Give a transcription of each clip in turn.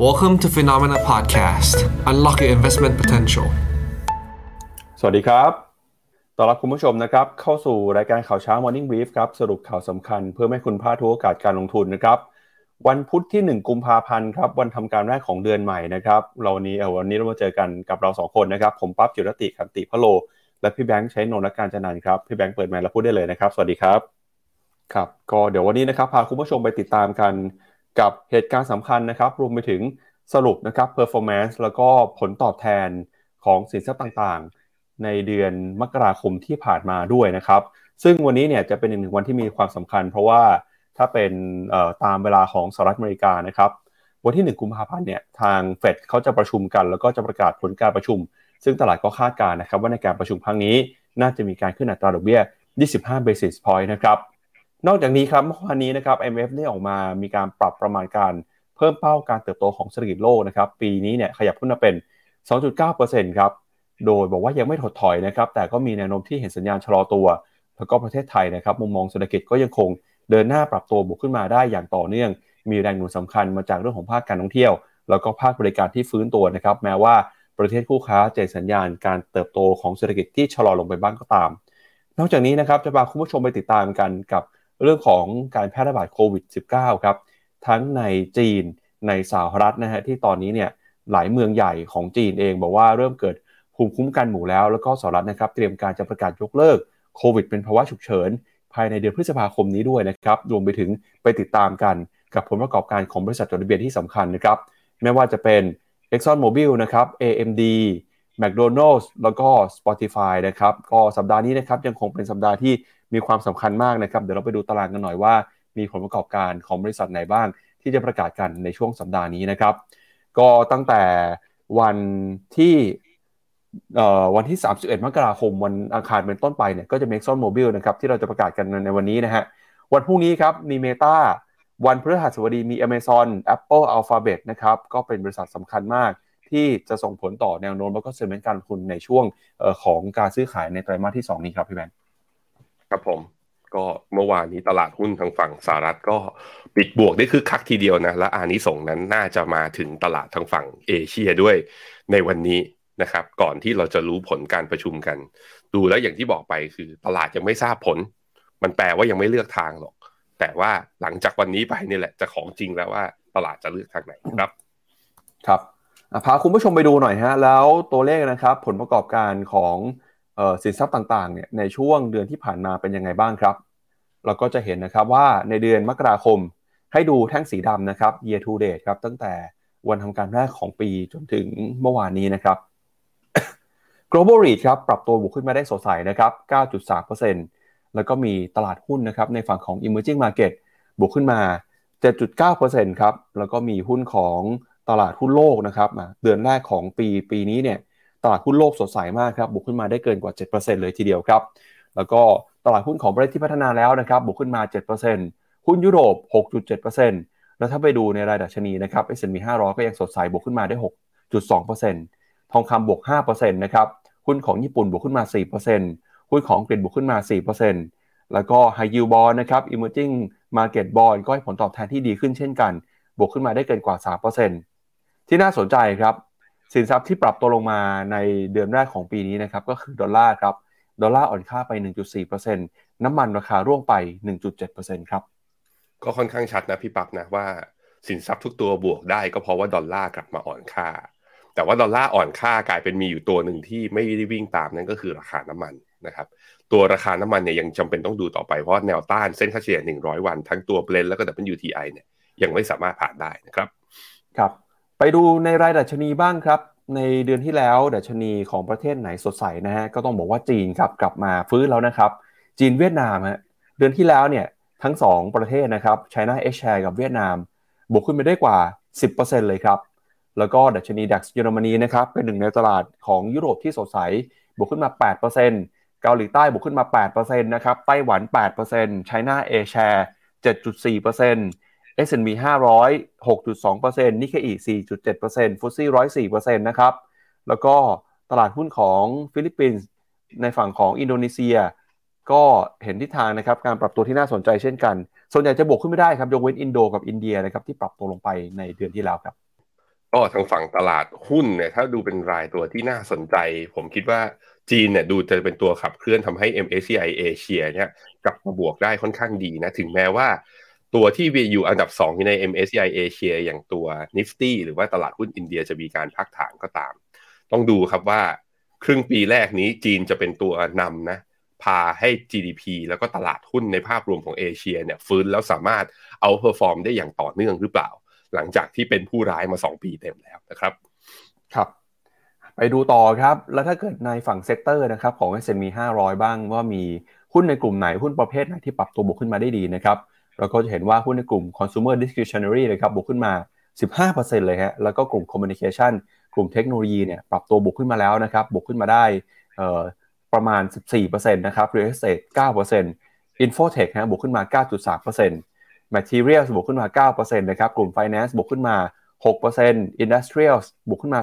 Welcome to Phenomena Podcast. Unlock your investment potential. สวัสดีครับต้อนรับคุณผู้ชมนะครับเข้าสู่รายการข่าวเช้า Morning Brief ครับสรุปข่าวสำคัญเพื่อไม่ให้คุณพลาดทุกโอกาสการลงทุนนะครับวันพุธที่1กุมภาพันธ์ครับวันทำการแรกของเดือนใหม่นะครับวันนี้เรามาเจอกันกับเรา2คนนะครับผมปั๊บจิรติขันติพโลและพี่แบงค์ชัยนนท์และการจนันท์ครับพี่แบงค์เปิดไมค์แล้วพูดได้เลยนะครับสวัสดีครับครับก็เดี๋ยววันนี้นะครับพาคุณผู้ชมไปติดตามกันกับเหตุการณ์สำคัญนะครับรวมไปถึงสรุปนะครับ performance แล้วก็ผลตอบแทนของสินทรัพย์ต่างๆในเดือนมกราคมที่ผ่านมาด้วยนะครับซึ่งวันนี้เนี่ยจะเป็นอีกหนึ่งวันที่มีความสำคัญเพราะว่าถ้าเป็นตามเวลาของสหรัฐอเมริกานะครับวันที่1กุมภาพันธ์เนี่ยทางเฟดเขาจะประชุมกันแล้วก็จะประกาศผลการประชุมซึ่งตลาดก็คาดการณ์นะครับว่าในการประชุมครั้งนี้น่าจะมีการขึ้นอัตราดอกเบี้ย25 basis point นะครับนอกจากนี้ครับเมื่อวานนี้นะครับ IMF ได้ออกมามีการปรับประมาณการเพิ่มเป้าการเติบโตของเศรษฐกิจโลกนะครับปีนี้เนี่ยขยับขึ้นมาเป็น 2.9% ครับโดยบอกว่ายังไม่ถดถอยนะครับแต่ก็มีแนวโน้มที่เห็นสัญญาณชะลอตัวแล้วก็ประเทศไทยนะครับมุมมองเศรษฐกิจก็ยังคงเดินหน้าปรับตัวบวกขึ้นมาได้อย่างต่อเนื่องมีแรงหนุนสำคัญมาจากเรื่องของภาคการท่องเที่ยวแล้วก็ภาคบริการที่ฟื้นตัวนะครับแม้ว่าประเทศคู่ค้าจะสัญญาณการเติบโตของเศรษฐกิจที่ชะลอลงไปบ้างก็ตามนอกจากนี้นะครับจะพาคุณผู้ชมไปติดตามกันกับเรื่องของการแพร่ระบาดโควิด -19 ครับทั้งในจีนในสหรัฐนะฮะที่ตอนนี้เนี่ยหลายเมืองใหญ่ของจีนเองบอกว่าเริ่มเกิดภูมิคุ้มกันหมู่แล้วก็สหรัฐนะครับเตรียมการจะประกาศยกเลิกโควิดเป็นภาวะฉุกเฉินภายในเดือนพฤษภาคมนี้ด้วยนะครับรวมไปถึงไปติดตามกันกับผลประกอบการของบริษัทจดทะเบียนที่สำคัญนะครับไม่ว่าจะเป็น ExxonMobil นะครับ AMD McDonald's แล้วก็ Spotify นะครับก็สัปดาห์นี้นะครับยังคงเป็นสัปดาห์ที่มีความสำคัญมากนะครับเดี๋ยวเราไปดูตารางกันหน่อยว่ามีผลประกอบการของบริษัทไหนบ้างที่จะประกาศกันในช่วงสัปดาห์นี้นะครับก็ตั้งแต่วันที่31 มกราคมวันอังคารเป็นต้นไปเนี่ยก็จะมี ExxonMobil นะครับที่เราจะประกาศกันในวันนี้นะฮะวันพรุ่งนี้ครับมี Meta วันพฤหัสบดีมี Amazon Apple Alphabet นะครับก็เป็นบริษัทสำคัญมากที่จะส่งผลต่อแนวโน้มแล้วก็เซนติเมนต์การลงทุนในช่วงของการซื้อขายในไตรมาสที่2นี้ครับพี่แบงค์ครับผมก็เมื่อวานนี้ตลาดหุ้นทางฝั่งสหรัฐก็ปิดบวกได้คึกคักทีเดียวนะและอานิสงส์นั้นน่าจะมาถึงตลาดทางฝั่งเอเชียด้วยในวันนี้นะครับก่อนที่เราจะรู้ผลการประชุมกันดูแล้วอย่างที่บอกไปคือตลาดยังไม่ทราบผลมันแปลว่ายังไม่เลือกทางหรอกแต่ว่าหลังจากวันนี้ไปนี่แหละจะของจริงแล้วว่าตลาดจะเลือกทางไหนครับครับพาคุณผู้ชมไปดูหน่อยฮะแล้วตัวเลขนะครับผลประกอบการของสินทรัพย์ต่างๆเนี่ยในช่วงเดือนที่ผ่านมาเป็นยังไงบ้างครับเราก็จะเห็นนะครับว่าในเดือนมกราคมให้ดูแท่งสีดำนะครับ year to date ครับตั้งแต่วันทำการแรกของปีจนถึงเมื่อวานนี้นะครับ Global REIT ครับปรับตัวบวกขึ้นมาได้สดใสนะครับ 9.3% แล้วก็มีตลาดหุ้นนะครับในฝั่งของ Emerging Market บวกขึ้นมา 7.9% ครับแล้วก็มีหุ้นของตลาดหุ้นโลกนะครับเดือนแรกของปีนี้เนี่ยตลาดหุ้นโลกสดใสมากครับบวกขึ้นมาได้เกินกว่า 7% เลยทีเดียวครับแล้วก็ตลาดหุ้นของประเทศที่พัฒนาแล้วนะครับบวกขึ้นมา 7% หุ้นยุโรป 6.7% แล้วถ้าไปดูในรายดัชนีนะครับ S&P 500ก็ยังสดใสบวกขึ้นมาได้ 6.2% ทองคำบวก 5% นะครับหุ้นของญี่ปุ่นบวกขึ้นมา 4% หุ้นของอังกฤษบวกขึ้นมา 4% แล้วก็ High Yield Bond นะครับ Emerging Market Bond ก็ให้ผลตอบแทนที่ดีขึ้นเช่นกันบวกขึ้นมาได้เกินกว่า 3% ที่น่าสนใจครับสินทรัพย์ที่ปรับตัวลงมาในเดือนแรกของปีนี้นะครับก็คือดอลลาร์ครับดอลลาร์อ่อนค่าไป 1.4% น้ำมันราคาร่วงไป 1.7% ครับก็ค่อนข้างชัดนะพี่ปั๊บนะว่าสินทรัพย์ทุกตัวบวกได้ก็เพราะว่าดอลลาร์กลับมาอ่อนค่าแต่ว่าดอลลาร์อ่อนค่ากลายเป็นมีอยู่ตัวหนึ่งที่ไม่ได้วิ่งตามนั่นก็คือราคาน้ำมันนะครับตัวราคาน้ำมันเนี่ยยังจำเป็นต้องดูต่อไปเพราะแนวต้านเส้นค่าเฉลี่ย100วันทั้งตัว Brent แล้วก็ WTI เนี่ยยังไม่สามารถผ่านได้นะครับครับไปดูในรายดัชนีบ้างครับในเดือนที่แล้วดัชนีของประเทศไหนสดใสนะฮะก็ต้องบอกว่าจีนครับกลับมาฟื้นแล้วนะครับจีนเวียดนามฮะเดือนที่แล้วเนี่ยทั้ง2ประเทศนะครับ China H-share กับเวียดนามบวกขึ้นไปได้กว่า 10% เลยครับแล้วก็ดัชนี DAX เยอรมนีนะครับเป็นหนึ่งในตลาดของยุโรปที่สดใสบวกขึ้นมา 8% เกาหลีใต้บวกขึ้นมา 8% นะครับไต้หวัน 8% China A-share 7.4% S&P 500 6.2% Nikkei 4.7% FTSE 100 4% นะครับแล้วก็ตลาดหุ้นของฟิลิปปินส์ในฝั่งของอินโดนีเซียก็เห็นทิศทางนะครับการปรับตัวที่น่าสนใจเช่นกันส่วนใหญ่จะบวกขึ้นไม่ได้ครับยกเว้นอินโดกับอินเดียนะครับที่ปรับตัวลงไปในเดือนที่แล้วครับก็ทางฝั่งตลาดหุ้นเนี่ยถ้าดูเป็นรายตัวที่น่าสนใจผมคิดว่าจีนเนี่ยดูจะเป็นตัวขับเคลื่อนทำให้ MSCI เอเชียเนี่ยกลับมาบวกได้ค่อนข้างดีนะถึงแม้ว่าตัวที่อยู่อันดับ2ใน MSCI เอเชียอย่างตัว Nifty หรือว่าตลาดหุ้นอินเดียจะมีการพักฐานก็ตามต้องดูครับว่าครึ่งปีแรกนี้จีนจะเป็นตัวนำนะพาให้ GDP แล้วก็ตลาดหุ้นในภาพรวมของเอเชียเนี่ยฟื้นแล้วสามารถเอาเพอร์ฟอร์มได้อย่างต่อเนื่องหรือเปล่าหลังจากที่เป็นผู้ร้ายมา2ปีเต็มแล้วนะครับครับไปดูต่อครับแล้วถ้าเกิดในฝั่งเซกเตอร์นะครับของ S&P 500บ้างว่ามีหุ้นในกลุ่มไหนหุ้นประเภทไหนที่ปรับตัวบวกขึ้นมาได้ดีนะครับเราก็จะเห็นว่าหุ้นในกลุ่ม consumer discretionary นะครับบวกขึ้นมา 15% เลยฮะแล้วก็กลุ่ม communication กลุ่มเทคโนโลยีเนี่ยปรับตัวบวกขึ้นมาแล้วนะครับบวกขึ้นมาได้เอ่อประมาณ 14% นะครับ real estate 9% infotech ฮะบวกขึ้นมา 9.3% materials บวกขึ้นมา 9% นะครับกลุ่ม finance บวกขึ้นมา 6% industrials บวกขึ้นมา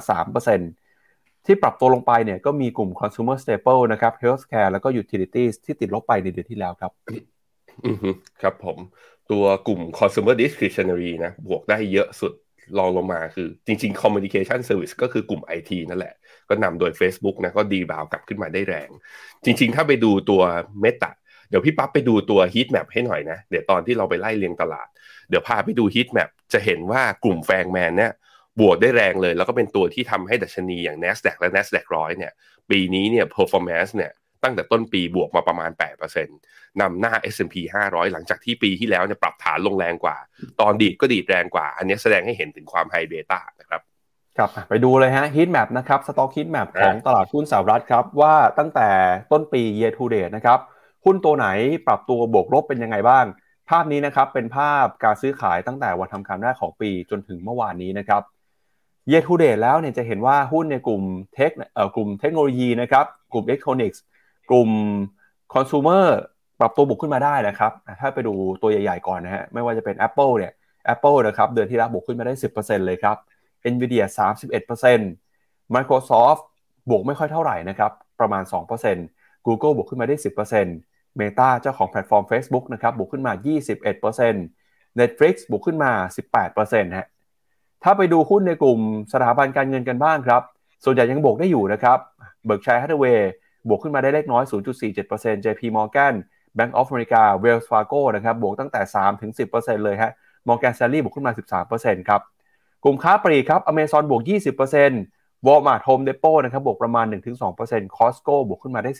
3% ที่ปรับตัวลงไปเนี่ยก็มีกลุ่ม consumer staple นะครับ healthcare แล้วก็ utilities ที่ติดลบไปในเดือนที่แล้วครับครับผมตัวกลุ่ม consumer discretionary นะบวกได้เยอะสุดรองลงมาคือจริงๆ communication service ก็คือกลุ่ม IT นั่นแหละก็นำโดย Facebook นะก็ดีบาวกลับขึ้นมาได้แรงจริงๆถ้าไปดูตัว Meta เดี๋ยวพี่ปั๊บไปดูตัว heat map ให้หน่อยนะเดี๋ยวตอนที่เราไปไล่เรียงตลาดเดี๋ยวพาไปดู heat map จะเห็นว่ากลุ่มแฟงแมนเนี่ยบวกได้แรงเลยแล้วก็เป็นตัวที่ทำให้ดัชนีอย่าง NASDAQ และ NASDAQ 100เนี่ยปีนี้เนี่ย performance เนี่ยตั้งแต่ต้นปีบวกมาประมาณ 8%นำหน้า S&P 500หลังจากที่ปีที่แล้วเนี่ยปรับฐานลงแรงกว่าตอนดีดก็ดีดแรงกว่าอันนี้แสดงให้เห็นถึงความไฮเบต้านะครับครับไปดูเลยฮะ heat map นะครับ stock heat map ของตลาดหุ้นสหรัฐครับว่าตั้งแต่ต้นปี year to date นะครับหุ้นตัวไหนปรับตัวบวกลบเป็นยังไงบ้างภาพนี้นะครับเป็นภาพการซื้อขายตั้งแต่วันทำการแรกของปีจนถึงเมื่อวานนี้นะครับ year to date แล้วเนี่ยจะเห็นว่าหุ้นในกลุ่มกลุ่มเทคโนโลยีนะครับกลุ่ม electronics กลุ่ม consumer ปรับตัวบวกขึ้นมาได้นะครับถ้าไปดูตัวใหญ่ๆก่อนนะฮะไม่ว่าจะเป็น Apple เนี่ย Apple นะครับเดือนที่แล้วบวกขึ้นมาได้ 10% เลยครับ Nvidia 31% Microsoft บวกไม่ค่อยเท่าไหร่นะครับประมาณ 2% Google บวกขึ้นมาได้ 10% Meta เจ้าของแพลตฟอร์ม Facebook นะครับบวกขึ้นมา 21% Netflix บวกขึ้นมา 18% ฮะถ้าไปดูหุ้นในกลุ่มสถาบันการเงินกันบ้างครับส่วนใหญ่ยังบวกได้อยู่นะครับ Berkshire Hathaway บวกขึ้นมาได้เล็กน้อย 0.47% JP Morgan Bank of America Wells Fargo นะครับบวกตั้งแต่ 3-10% เลยฮะ Morgan Stanley บวกขึ้นมา 13% ครับกลุ่มค้าปลีกครับ Amazon บวก 20% Walmart Home Depot นะครับบวกประมาณ 1-2% Costco บวกขึ้นมาได้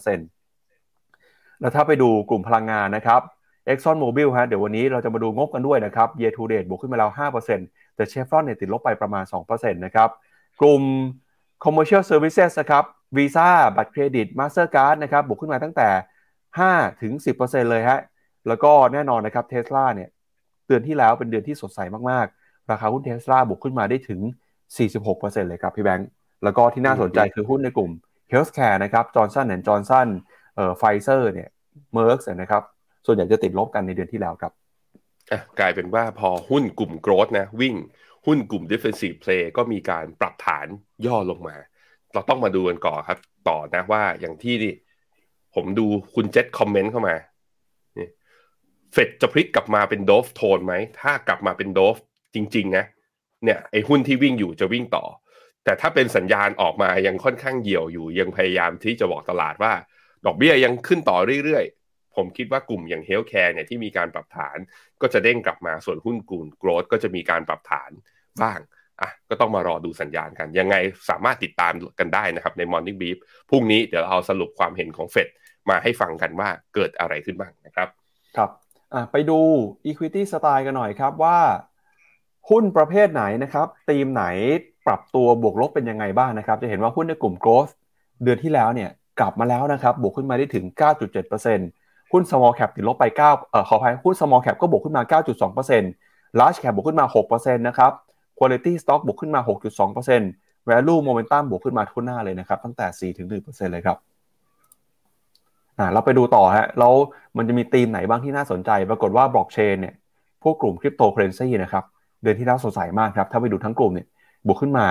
11% แล้วถ้าไปดูกลุ่มพลังงานนะครับ Exxon Mobil ฮะเดี๋ยววันนี้เราจะมาดูงบกันด้วยนะครับ Year to date บวกขึ้นมาแล้ว 5% แต่ Chevron เนี่ยติดลบไปประมาณ 2% นะครับกลุ่ม Commercial Services นะครับ Visa บัตรเครดิต Mastercard นะครับบวกขึ้นมาตั้งแต่5-10% เลยฮะแล้วก็แน่นอนนะครับ Tesla เนี่ยเดือนที่แล้วเป็นเดือนที่สดใสมากๆราคาหุ้น Tesla บวกขึ้นมาได้ถึง 46% เลยครับพี่แบงค์แล้วก็ที่น่าสนใจคือหุ้นในกลุ่ม Healthcare นะครับ Johnson & Johnson Pfizer เนี่ย Merck นะครับส่วนใหญ่จะติดลบกันในเดือนที่แล้วครับกลายเป็นว่าพอหุ้นกลุ่ม growth นะวิ่งหุ้นกลุ่ม defensive play ก็มีการปรับฐานย่อลงมาเราต้องมาดูกันก่อนครับต่อนะว่าอย่างที่ผมดูคุณเจษคอมเมนต์เข้ามาเฟดจะพลิกกลับมาเป็นโดฟโทนไหมถ้ากลับมาเป็นโดฟจริงๆนะเนี่ยไอ้หุ้นที่วิ่งอยู่จะวิ่งต่อแต่ถ้าเป็นสัญญาณออกมายังค่อนข้างเหี่ยวอยู่ยังพยายามที่จะบอกตลาดว่าดอกเบี้ยยังขึ้นต่อเรื่อยๆผมคิดว่ากลุ่มอย่างเฮลท์แคร์เนี่ยที่มีการปรับฐานก็จะเด้งกลับมาส่วนหุ้นกลุ่มโกรทก็จะมีการปรับฐานบ้างก็ต้องมารอดูสัญญาณกันยังไงสามารถติดตามกันได้นะครับใน Morning Brief พรุ่งนี้เดี๋ยวเราเอาสรุปความเห็นของเฟดมาให้ฟังกันว่าเกิดอะไรขึ้นบ้างนะครับครับไปดู Equity Style กันหน่อยครับว่าหุ้นประเภทไหนนะครับธีมไหนปรับตัวบวกลบเป็นยังไงบ้างนะครับจะเห็นว่าหุ้นในกลุ่ม Growth เดือนที่แล้วเนี่ยกลับมาแล้วนะครับบวกขึ้นมาได้ถึง 9.7% หุ้น Small Cap ติดลบไป9ขออภัยหุ้น Small Cap ก็บวกขึ้นมา 9.2% Large Cap บวกขึ้นมา 6% นะครับ Quality Stock บวกขึ้นมา 6.2% Value Momentum บวกขึ้นมาทั่วหน้าเลยนะครับตั้งแต่ 4-1% เลยครับเราไปดูต่อฮะแล้วมันจะมีธีมไหนบ้างที่น่าสนใจปรากฏว่าบล็อกเชนเนี่ยพวกกลุ่มคริปโตเคอเรนซีนะครับเดือนที่แล้วสดใสมากครับถ้าไปดูทั้งกลุ่มเนี่ยบวกขึ้นมา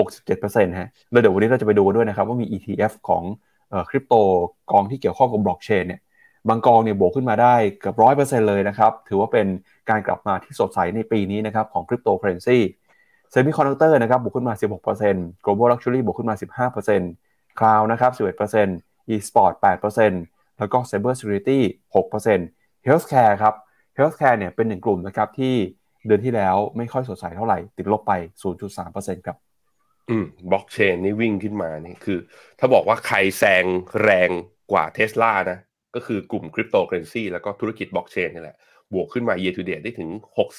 67% ฮะแล้วเดี๋ยววันนี้เราจะไปดูกันด้วยนะครับว่ามี ETF ของคริปโตกองที่เกี่ยวข้องกับบล็อกเชนเนี่ยบางกองเนี่ยบวกขึ้นมาได้เกือบ 100% เลยนะครับถือว่าเป็นการกลับมาที่สดใสในปีนี้นะครับของคริปโตเคอเรนซี Semiconductor นะครับบวกขึ้นมา 16% Global Luxury บวกขึ้นมา 15% Cloud นะครับ 11% E-sport 8% แล้วก็ Cyber Security 6% Healthcare ครับ Healthcare เนี่ยเป็นหนึ่งกลุ่มนะครับที่เดือนที่แล้วไม่ค่อยสดใสเท่าไหร่ติดลบไป 0.3% ครับบล็อกเชนนี่วิ่งขึ้นมานี่คือถ้าบอกว่าใครแซงแรงกว่า Tesla นะก็คือกลุ่มคริปโตเคอเรนซีแล้วก็ธุรกิจบล็อกเชนนี่แหละบวกขึ้นมา year to date ได้ถึง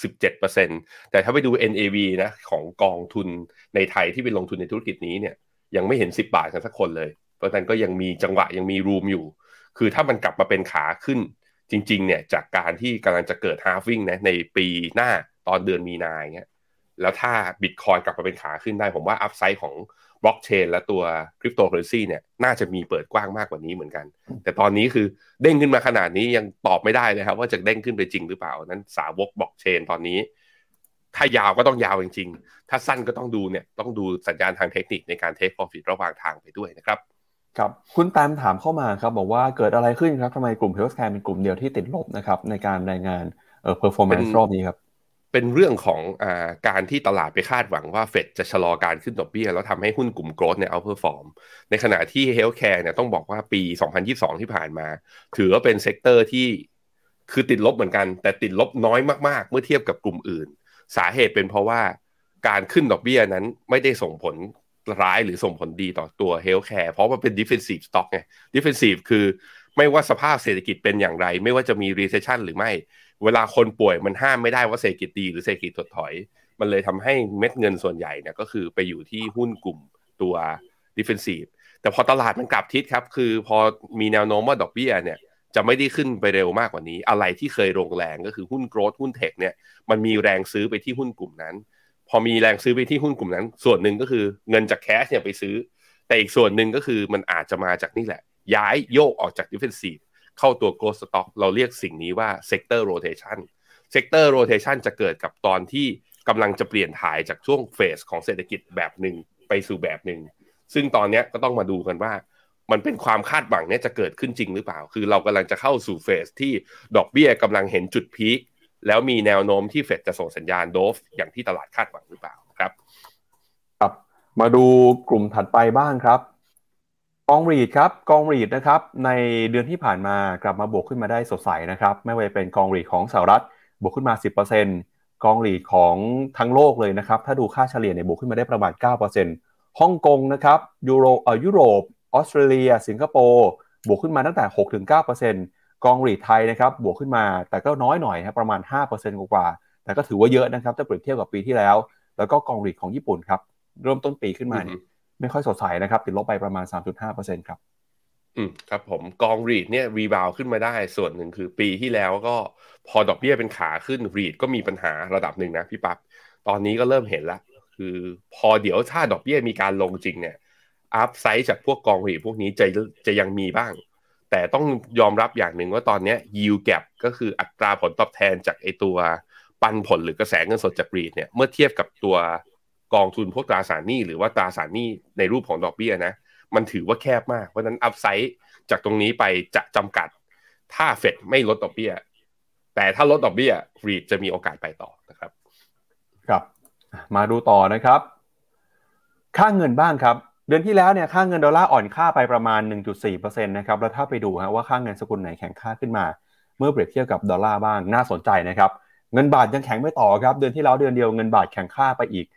67% แต่ถ้าไปดู NAV นะของกองทุนในไทยที่ไปลงทุนในธุรกิจนี้เนี่ยยังไม่เห็น10 บาทกันสักคนเลยเพราะฉะนั้นก็ยังมีจังหวะยังมีรูมอยู่คือถ้ามันกลับมาเป็นขาขึ้นจริงๆเนี่ยจากการที่กำลังจะเกิด halving นะในปีหน้าตอนเดือนมีนาอย่างเงี้ยแล้วถ้า Bitcoin กลับมาเป็นขาขึ้นได้ผมว่าอัพไซด์ของบล็อกเชนและตัวคริปโตเคอเรนซีเนี่ยน่าจะมีเปิดกว้างมากกว่านี้เหมือนกันแต่ตอนนี้คือเด้งขึ้นมาขนาดนี้ยังตอบไม่ได้เลยครับว่าจะเด้งขึ้นไปจริงหรือเปล่านั้นสาวกบล็อกเชนตอนนี้ถ้ายาวก็ต้องยาวจริงๆถ้าสั้นก็ต้องดูเนี่ยต้องดูสัญญาณทางเทคนิคในการเทค profit ระหว่างทางไปด้วยนะครับครับคุณตามถามเข้ามาครับบอกว่าเกิดอะไรขึ้นครับทำไมกลุ่ม Healthcare เป็นกลุ่มเดียวที่ติดลบนะครับในการรายงานperformance รอบนี้ครับเป็นเรื่องของการที่ตลาดไปคาดหวังว่าเฟดจะชะลอการขึ้นดอกเบี้ยแล้วทำให้หุ้นกลุ่มโกรทเนี่ยเอาเพอร์ฟอร์มในขณะที่เฮลท์แคร์เนี่ยต้องบอกว่าปี 2022 ที่ผ่านมาถือว่าเป็นเซกเตอร์ที่คือติดลบเหมือนกันแต่ติดลบน้อยมากๆเมื่อเทียบกับกลุ่มอื่นสาเหตุเป็นเพราะว่าการขึ้นดอกเบี้ยนั้นไม่ได้ส่งผลร้ายหรือส่งผลดีต่อตัวเฮลท์แคร์เพราะว่าเป็น defensive stock ไง defensive คือไม่ว่าสภาพเศรษฐกิจเป็นอย่างไรไม่ว่าจะมี recession หรือไม่เวลาคนป่วยมันห้ามไม่ได้ว่าเศรษฐกิจดีหรือเศรษฐกิจถดถอยมันเลยทำให้เม็ดเงินส่วนใหญ่เนี่ยก็คือไปอยู่ที่หุ้นกลุ่มตัว defensive แต่พอตลาดมันกลับทิศครับคือพอมีแนวโน้มว่าดอกเบี้ยเนี่ยจะไม่ได้ขึ้นไปเร็วมากกว่านี้อะไรที่เคยลงแรงก็คือหุ้นโกรทหุ้นเทคเนี่ยมันมีแรงซื้อไปที่หุ้นกลุ่มนั้นพอมีแรงซื้อไปที่หุ้นกลุ่มนั้นส่วนหนึ่งก็คือเงินจากแคชเนี่ยไปซื้อแต่อีกส่วนหนึ่งก็คือมันอาจจะมาจากนี่แหละย้ายโยกออกจาก defensiveเข้าตัว growth stock เราเรียกสิ่งนี้ว่า sector rotation sector rotation จะเกิดกับตอนที่กำลังจะเปลี่ยนถ่ายจากช่วงเฟสของเศรษฐกิจแบบหนึ่งไปสู่แบบหนึ่งซึ่งตอนนี้ก็ต้องมาดูกันว่ามันเป็นความคาดหวังเนี่ยจะเกิดขึ้นจริงหรือเปล่าคือเรากำลังจะเข้าสู่เฟสที่ดอกเบี้ยกำลังเห็นจุดพีคแล้วมีแนวโน้มที่เฟดจะส่งสัญญาณโดฟอย่างที่ตลาดคาดหวังหรือเปล่าครับครับมาดูกลุ่มถัดไปบ้างครับกองรีดครับกองรีดนะครับในเดือนที่ผ่านมากลับมาบวกขึ้นมาได้สดใสนะครับไม่ว่าจะเป็นกองรีดของสหรัฐบวกขึ้นมา 10% กองรีดของทั้งโลกเลยนะครับถ้าดูค่าเฉลี่ยเนี่ยบวกขึ้นมาได้ประมาณ 9%ฮ่องกงนะครับยุโรปออสเตรเลียสิงคโปร์บวกขึ้นมาตั้งแต่ 6-9% กองรีดไทยนะครับบวกขึ้นมาแต่ก็น้อยหน่อยครับประมาณ 5% กว่าๆแต่ก็ถือว่าเยอะนะครับถ้าเปรียบเทียบกับปีที่แล้วแล้วก็กองรีดของญี่ปุ่นครับเริ่มต้นปีขึ้นมาเนี่ยไม่ค่อยสดใสนะครับติดลบไปประมาณ 3.5% ครับครับผมกองรีดเนี่ยรีบาวขึ้นมาได้ส่วนหนึ่งคือปีที่แล้วก็พอดอกเบี้ยเป็นขาขึ้นรีดก็มีปัญหาระดับหนึ่งนะพี่ปั๊บตอนนี้ก็เริ่มเห็นละคือพอเดี๋ยวถ้าดอกเบี้ยมีการลงจริงเนี่ยอัพไซด์จากพวกกองรีดพวกนี้จะยังมีบ้างแต่ต้องยอมรับอย่างหนึ่งว่าตอนนี้ yield gap ก็คืออัตราผลตอบแทนจากไอตัวปันผลหรือกระแสเงินสดจากรีดเนี่ยเมื่อเทียบกับตัวกองทุนพวกตราสารหนี้หรือว่าตราสารหนี้ในรูปของดอกเบี้ยนะมันถือว่าแคบมากเพราะนั้นอัพไซด์จากตรงนี้ไปจะจำกัดถ้าเฟดไม่ลดดอกเบี้ยแต่ถ้าลดดอกเบี้ยรีดจะมีโอกาสไปต่อนะครับครับมาดูต่อนะครับค่าเงินบ้างครับเดือนที่แล้วเนี่ยค่าเงินดอลลาร์อ่อนค่าไปประมาณ 1.4% นะครับแล้วถ้าไปดูว่าค่าเงินสกุลไหนแข็งค่าขึ้นมาเมื่อเปรียบเทียบกับดอลลาร์บ้างน่าสนใจนะครับเงินบาทยังแข็งไม่ต่อครับเดือนที่แล้วเดือนเดียวเงินบาทแข็งค่าไปอีก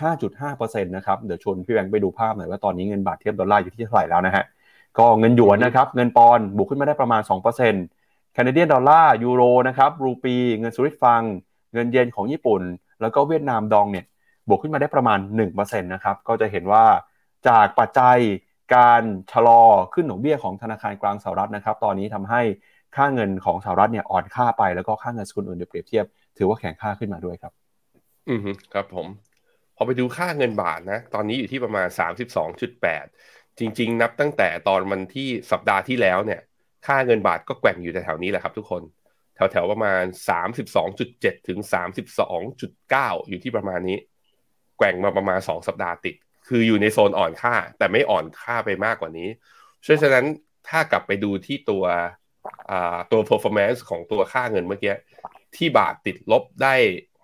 5.5% นะครับเดี๋ยวชวนพี่แบงค์ไปดูภาพหน่อยว่าตอนนี้เงินบาทเทียบดอลลาร์อยู่ที่เท่าไหร่แล้วนะฮะก็เงินหยวนนะครับเงินปอนด์บวกขึ้นมาได้ประมาณ 2% แคนาเดียนดอลลาร์ยูโรนะครับรูปีเงินสวิสฟังเงินเยนของญี่ปุ่นแล้วก็เวียดนามดองเนี่ยบวกขึ้นมาได้ประมาณ 1% นะครับก็จะเห็นว่าจากปัจจัยการชะลอขึ้นดอกเบี้ยของธนาคารกลางสหรัฐนะครับตอนนี้ทำให้ค่าเงินของสหรัฐเนี่ยอ่อนค่าไปแล้วก็ค่าเงินสกุลอื่นเปรียบเทียบถือว่าแข็งค่าขึ้นมาด้วยครับครับผมพอไปดูค่าเงินบาทนะตอนนี้อยู่ที่ประมาณ 32.8 จริงๆนับตั้งแต่ตอนวันที่สัปดาห์ที่แล้วเนี่ยค่าเงินบาทก็แกว่งอยู่แถวๆนี้แหละครับทุกคนแถวๆประมาณ 32.7 ถึง 32.9 อยู่ที่ประมาณนี้แกว่งมาประมาณ2สัปดาห์ติดคืออยู่ในโซนอ่อนค่าแต่ไม่อ่อนค่าไปมากกว่านี้เพราะฉะนั้นถ้ากลับไปดูที่ตัว performance ของตัวค่าเงินเมื่อกี้ที่บาทติดลบได้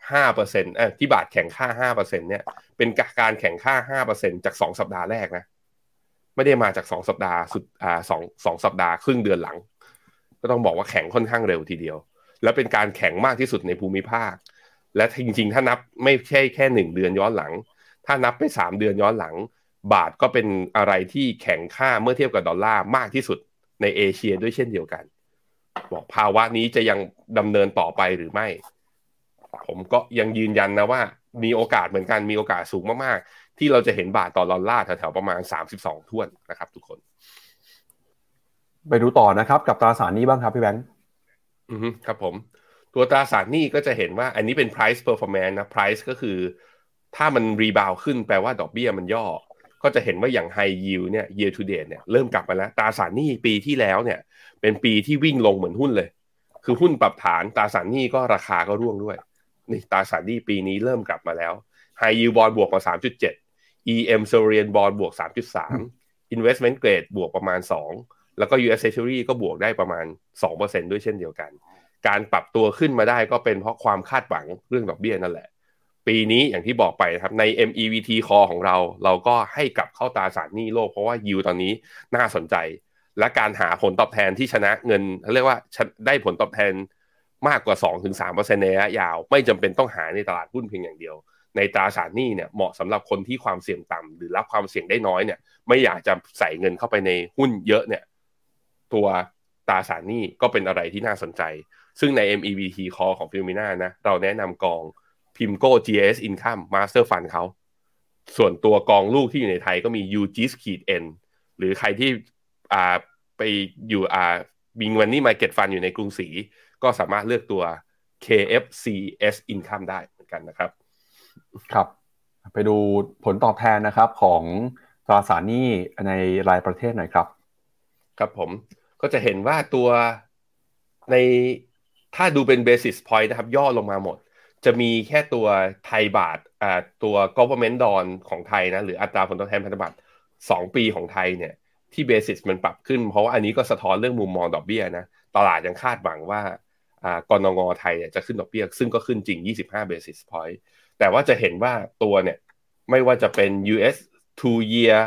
5%ที่บาทแข็งค่า 5% เนี่ยเป็นการแข็งค่า 5% จาก2สัปดาห์แรกนะไม่ได้มาจาก2สัปดาห์สุด2สัปดาห์ครึ่งเดือนหลังก็ต้องบอกว่าแข็งค่อนข้างเร็วทีเดียวและเป็นการแข็งมากที่สุดในภูมิภาคและจริงๆถ้านับไม่ใช่แค่1เดือนย้อนหลังถ้านับไป3เดือนย้อนหลังบาทก็เป็นอะไรที่แข็งค่าเมื่อเทียบกับดอลลาร์มากที่สุดในเอเชียด้วยเช่นเดียวกันบอกภาวะนี้จะยังดำเนินต่อไปหรือไม่ผมก็ยังยืนยันนะว่ามีโอกาสเหมือนกันมีโอกาสสูงมากๆที่เราจะเห็นบาทต่อดอลลาร์แถวๆประมาณ32ถ้วนนะครับทุกคนไปดูต่อนะครับกับตราสารหนี้บ้างครับพี่แบงค์ครับผมตัวตราสารหนี้ก็จะเห็นว่าอันนี้เป็น price performance นะ price ก็คือถ้ามันรีบาวขึ้นแปลว่าดอกเบี้ยมันย่อก็จะเห็นว่าอย่าง high yield เนี่ย year to date เนี่ยเริ่มกลับมาแล้วตราสารหนี้ปีที่แล้วเนี่ยเป็นปีที่วิ่งลงเหมือนหุ้นเลยคือหุ้นปรับฐานตราสารหนี้ก็ราคาก็ร่วงด้วยนี่ตราสารหนี้ปีนี้เริ่มกลับมาแล้ว high yield bond บวกมา 3.7 EM sovereign bond บวก 3.3 investment grade บวกประมาณ2แล้วก็ US Treasury ก็บวกได้ประมาณ 2% ด้วยเช่นเดียวกันการปรับตัวขึ้นมาได้ก็เป็นเพราะความคาดหวังเรื่องดอกเบี้ยนั่นแหละปีนี้อย่างที่บอกไปครับใน MEVT Call ของเราก็ให้กลับเข้าตราสารหนี้โลกเพราะว่า yield ตอนนี้น่าสนใจและการหาผลตอบแทนที่ชนะเงินเขาเรียกว่าได้ผลตอบแทนมากกว่า 2-3% ในระยะยาวไม่จำเป็นต้องหาในตลาดหุ้นเพียงอย่างเดียวในตราสารหนี้เนี่ยเหมาะสำหรับคนที่ความเสี่ยงต่ำหรือรับความเสี่ยงได้น้อยเนี่ยไม่อยากจะใส่เงินเข้าไปในหุ้นเยอะเนี่ยตัวตราสารหนี้ก็เป็นอะไรที่น่าสนใจซึ่งใน MEVT Call ของ Filmina นะเราแนะนำกอง PIMCO GS Income Master Fund เขาส่วนตัวกองลูกที่อยู่ในไทยก็มี UGIS-N หรือใครที่ไปอยู่มีเงินนี่ Market Fund อยู่ในกรุงศรีก็สามารถเลือกตัว KFCS Income ได้เหมือนกันนะครับครับไปดูผลตอบแทนนะครับของตราสารหนี้ในรายประเทศหน่อยครับครับผมก็จะเห็นว่าตัวในถ้าดูเป็น basis point นะครับย่อลงมาหมดจะมีแค่ตัวไทยบาทตัว government bond ของไทยนะหรืออัตราผลตอบแทนพันธบัตร2ปีของไทยเนี่ยที่ basis มันปรับขึ้นเพราะว่าอันนี้ก็สะท้อนเรื่องมุมมองดอกเบี้ยนะตลาดยังคาดหวังว่ากนง.ไทยจะขึ้นดอกเบี้ยซึ่งก็ขึ้นจริง25 basis point แต่ว่าจะเห็นว่าตัวเนี่ยไม่ว่าจะเป็น US 2 year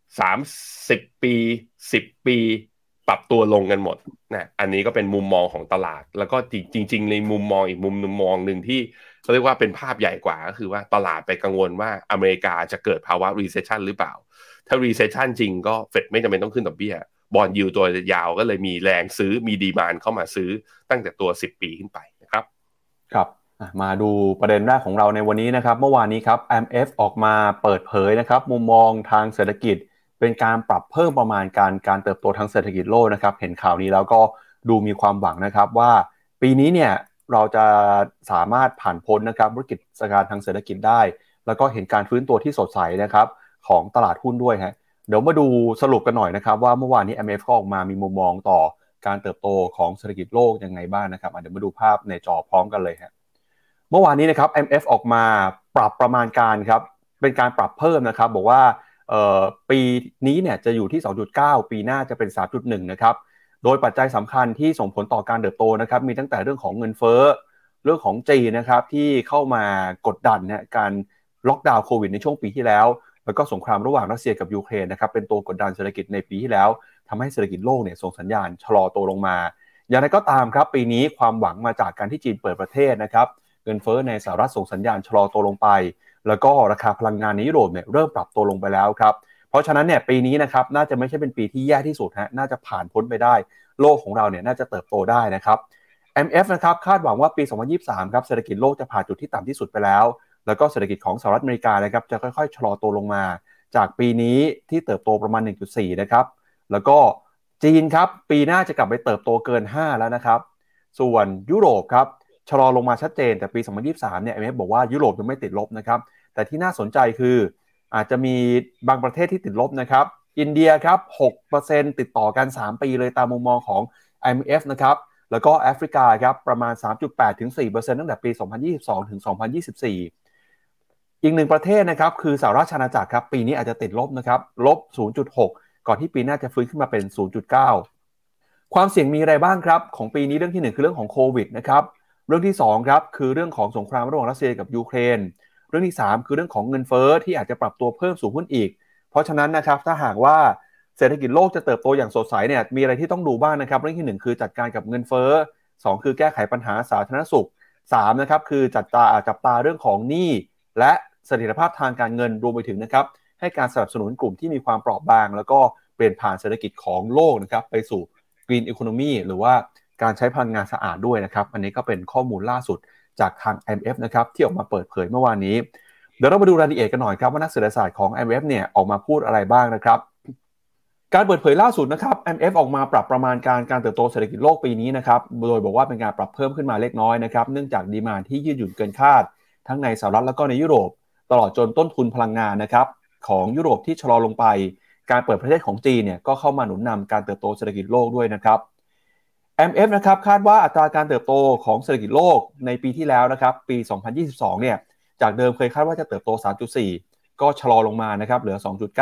30 ปี10 ปีปรับตัวลงกันหมดนะอันนี้ก็เป็นมุมมองของตลาดแล้วก็จริงๆในมุมมองอีกมุมมองหนึ่งที่เขาเรียกว่าเป็นภาพใหญ่กว่าก็คือว่าตลาดไปกังวลว่าอเมริกาจะเกิดภาวะ recession หรือเปล่าถ้า recession จริงก็เฟดไม่จำเป็นต้องขึ้นดอกเบี้ยบอนด์ยิลด์ตัวยาวก็เลยมีแรงซื้อมีดีมานด์เข้ามาซื้อตั้งแต่ตัว10 ปีขึ้นไปนะครับครับมาดูประเด็นแรกของเราในวันนี้นะครับเมื่อวานนี้ครับ IMF ออกมาเปิดเผยนะครับมุมมองทางเศรษฐกิจเป็นการปรับเพิ่มประมาณการเติบโตทางเศรษฐกิจโลกนะครับเห็นข่าวนี้แล้วก็ดูมีความหวังนะครับว่าปีนี้เนี่ยเราจะสามารถผ่านพ้นนะครับวิกฤตการณ์ทางเศรษฐกิจได้แล้วก็เห็นการฟื้นตัวที่สดใสนะครับของตลาดหุ้นด้วยฮะเดี๋ยวมาดูสรุปกันหน่อยนะครับว่าเมื่อวานนี้ IMF ก็ออกมามีมุมมองต่อการเติบโตของเศรษฐกิจโลกยังไงบ้างนะครับเดี๋ยวมาดูภาพในจอพร้อมกันเลยฮะเมื่อวานนี้นะครับ IMF ออกมาปรับประมาณการครับเป็นการปรับเพิ่มนะครับบอกว่าปีนี้เนี่ยจะอยู่ที่ 2.9 ปีหน้าจะเป็น 3.1 นะครับโดยปัจจัยสำคัญที่ส่งผลต่อการเติบโตนะครับมีตั้งแต่เรื่องของเงินเฟ้อเรื่องของจีนนะครับที่เข้ามากดดันนะการล็อกดาวน์โควิดในช่วงปีที่แล้วแล้วก็สงครามระหว่างรัสเซียกับยูเครนนะครับเป็นตัวกดดันเศรษฐกิจในปีที่แล้วทำให้เศรษฐกิจโลกเนี่ยส่งสัญญาณชะลอตัวลงมาอย่างไรก็ตามครับปีนี้ความหวังมาจากการที่จีนเปิดประเทศนะครับเงินเฟ้อในสหรัฐส่งสัญญาณชะลอตัวลงไปแล้วก็ราคาพลังงานในยุโรปเนี่ยเริ่มปรับตัวลงไปแล้วครับเพราะฉะนั้นเนี่ยปีนี้นะครับน่าจะไม่ใช่เป็นปีที่แย่ที่สุดฮะน่าจะผ่านพ้นไปได้โลกของเราเนี่ยน่าจะเติบโตได้นะครับ IMF นะครับคาดหวังว่าปี 2023 ครับเศรษฐกิจโลกจะผ่านจุดที่ต่ำที่สุดไปแล้วแล้วก็เศรษฐกิจของสหรัฐอเมริกานะครับจะค่อยๆชะลอตัวลงมาจากปีนี้ที่เติบโตประมาณ 1.4 นะครับแล้วก็จีนครับปีหน้าจะกลับไปเติบโตเกิน 5 แล้วนะครับส่วนยุโรปครับชะลอลงมาชัดเจนแต่ปี 2023 เนี่ย IMF บอกว่ายุโรปยังไม่ติดลบนะครับแต่ที่น่าสนใจคืออาจจะมีบางประเทศที่ติดลบนะครับอินเดียครับ 6% ติดต่อกัน 3 ปีเลยตามมุมมองของ IMF นะครับแล้วก็แอฟริกาครับประมาณ 3.8-4% ตั้งแต่ปี 2022 ถึง 2024 อีกหนึ่งประเทศนะครับคือสหราชอาณาจักรครับปีนี้อาจจะติดลบนะครับลบ 0.6 ก่อนที่ปีหน้าจะฟื้นขึ้นมาเป็น 0.9 ความเสี่ยงมีอะไรบ้างครับของปีนี้เรื่องที่1คือเรื่องของโควิดนะครับเรื่องที่2ครับคือเรื่องของสงครามระหว่างรัสเซียกับยูเครนเรื่องที่3คือเรื่องของเงินเฟ้อที่อาจจะปรับตัวเพิ่มสูงขึ้นอีกเพราะฉะนั้นนะครับถ้าหากว่าเศรษฐกิจโลกจะเติบโตอย่างสดใสเนี่ยมีอะไรที่ต้องดูบ้างนะครับเรื่องที่1คือจัดการกับเงินเฟ้อ2คือแก้ไขปัญหาสาธารณสุข3นะครับคือจับตาเรื่องของหนี้และเสถียรภาพทางการเงินรวมไปถึงนะครับให้การสนับสนุนกลุ่มที่มีความเปราะบางแล้วก็เปลี่ยนผ่านเศรษฐกิจของโลกนะครับไปสู่ Green Economy หรือว่าการใช้พลังงานสะอาดด้วยนะครับอันนี้ก็เป็นข้อมูลล่าสุดจากทาง IMF นะครับที่ออกมาเปิดเผยเมื่อวานนี้เดี๋ยวเรามาดูรายละเอียดกันหน่อยครับว่านักเศรษฐศาสตร์ของ IMF เนี่ยออกมาพูดอะไรบ้างนะครับการเปิดเผยล่าสุดนะครับ IMF ออกมาปรับประมาณการเติบโตเศรษฐกิจโลกปีนี้นะครับโดยบอกว่าเป็นการปรับเพิ่มขึ้นมาเล็กน้อยนะครับเนื่องจากดีมานด์ที่ยืดหยุ่นเกินคาดทั้งในสหรัฐแล้วก็ในยุโรปตลอดจนต้นทุนพลังงานนะครับของยุโรปที่ชะลอลงไปการเปิดประเทศของจีนเนี่ยก็เข้ามาหนุนนำการเติบโตเศรษฐกิจโลกด้วยนะครับ IMF นะครับคาดว่าอัตราการเติบโตของเศรษฐกิจโลกในปีที่แล้วนะครับปี 2022 เนี่ยจากเดิมเคยคาดว่าจะเติบโต 3.4 ก็ชะลอลงมานะครับเหลือ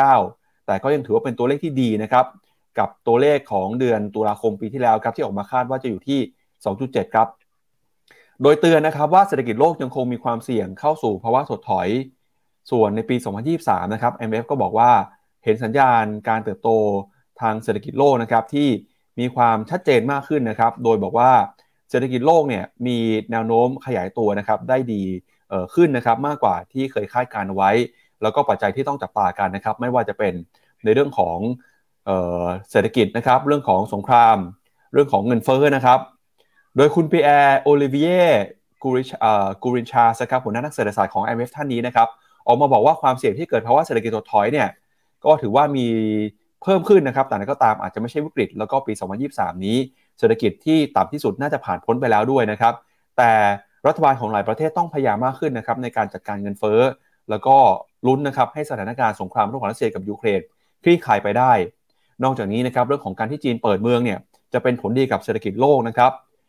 2.9 แต่ก็ยังถือว่าเป็นตัวเลขที่ดีนะครับกับตัวเลขของเดือนตุลาคมปีที่แล้วครับที่ออกมาคาดว่าจะอยู่ที่ 2.7 ครับโดยเตือนนะครับว่าเศรษฐกิจโลกยังคงมีความเสี่ยงเข้าสู่ภาวะถดถอยส่วนในปี 2023 นะครับ IMF ก็บอกว่าเห็นสัญญาณการเติบโตทางเศรษฐกิจโลกนะครับที่มีความชัดเจนมากขึ้นนะครับโดยบอกว่าเศรษฐกิจโลกเนี่ยมีแนวโน้มขยายตัวนะครับได้ดีขึ้นนะครับมากกว่าที่เคยคาดการเอาไว้แล้วก็ปัจจัยที่ต้องจับตากันนะครับไม่ว่าจะเป็นในเรื่องของเศรษฐกิจนะครับเรื่องของสงครามเรื่องของเงินเฟ้อนะครับโดยคุณปีแอร์โอลิเวียกูรินชาสครับหัวหน้านักเศรษฐศาสตร์ของ IMF ท่านนี้นะครับออกมาบอกว่าความเสี่ยงที่เกิดภาวะเศรษฐกิจถดถอยเนี่ยก็ถือว่ามีเพิ่มขึ้นนะครับแต่นั้นก็ตามอาจจะไม่ใช่วิกฤตแล้วก็ปี 2023 นี้เศรษฐกิจที่ต่ำที่สุดน่าจะผ่านพ้นไปแล้วด้วยนะครับแต่รัฐบาลของหลายประเทศต้องพยายามมากขึ้นนะครับในการจัดการเงินเฟ้อแล้วก็ลุ้นนะครับให้สถานการณ์สงครามระหว่างรัสเซียกับยูเครนคลี่คลายไปได้นอกจากนี้นะครับเรื่องของการที่จีนเปิดเมืองเนี่ยจะเป็นผลดีกับเศรษฐกิจโลกนะครับ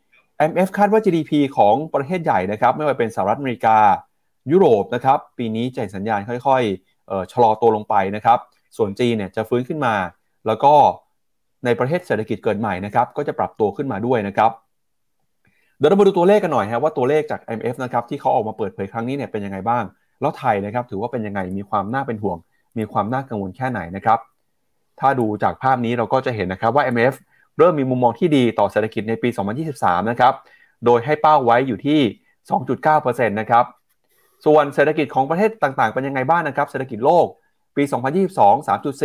IMF คาดว่า GDP ของประเทศใหญ่นะครับไม่ว่าเป็นสหรัฐอเมริกายุโรปนะครับปีนี้จะเห็นสัญญาณค่อยๆชะลอตัวลงไปนะครับส่วนจีนเนี่ยจะฟื้นขึ้นมาแล้วก็ในประเทศเศรษฐกิจเกิดใหม่นะครับก็จะปรับตัวขึ้นมาด้วยนะครับเดี๋ยวเรามาดูตัวเลขกันหน่อยว่าตัวเลขจาก IMF นะครับที่เขาออกมาเปิดเผยครั้งนี้เนี่ยเป็นยังไงบ้างแล้วไทยนะครับถือว่าเป็นยังไงมีความน่าเป็นห่วงมีความน่ากังวลแค่ไหนนะครับถ้าดูจากภาพนี้เราก็จะเห็นนะครับว่า IMF เริ่มมีมุมมองที่ดีต่อเศรษฐกิจในปี 2023 นะครับโดยให้เป้าไว้อยู่ที่ 2.9% นะครับส่วนเศรษฐกิจของประเทศต่างๆเป็นยังไงบ้างนะครับเศรษฐกิจโลกปี 2022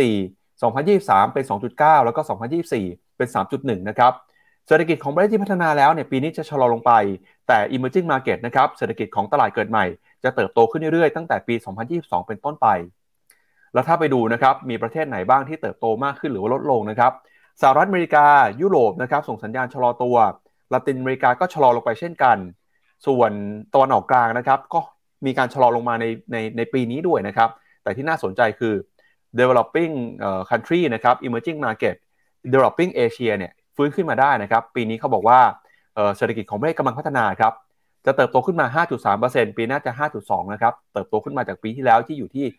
3.4 2023 เป็น 2.9 แล้วก็ 2024 เป็น 3.1 นะครับเศรษฐกิจของประเทศที่พัฒนาแล้วเนี่ยปีนี้จะชะลอลงไปแต่ emerging market นะครับเศรษฐกิจของตลาดเกิดใหม่จะเติบโตขึ้นเรื่อยๆตั้งแต่ปี 2022 เป็นต้นไปแล้วถ้าไปดูนะครับมีประเทศไหนบ้างที่เติบโตมากขึ้นหรือว่าลดลงนะครับสหรัฐอเมริกายุโรปนะครับส่งสัญญาณชะลอตัวลาตินอเมริกาก็ชะลอลงไปเช่นกันส่วนตะวันออกกลางนะครับก็มีการชะลอลงมาในปีนี้ด้วยนะครับแต่ที่น่าสนใจคือ developing country นะครับ emerging market developing Asia เนี่ยฟื้นขึ้นมาได้นะครับปีนี้เขาบอกว่าเศรษฐกิจของประเทศกำลังพัฒนาครับจะเติบโตขึ้นมา 5.3% ปีหน้าจะ 5.2 นะครับเติบโตขึ้นมาจากปีที่แล้วที่อยู่ที่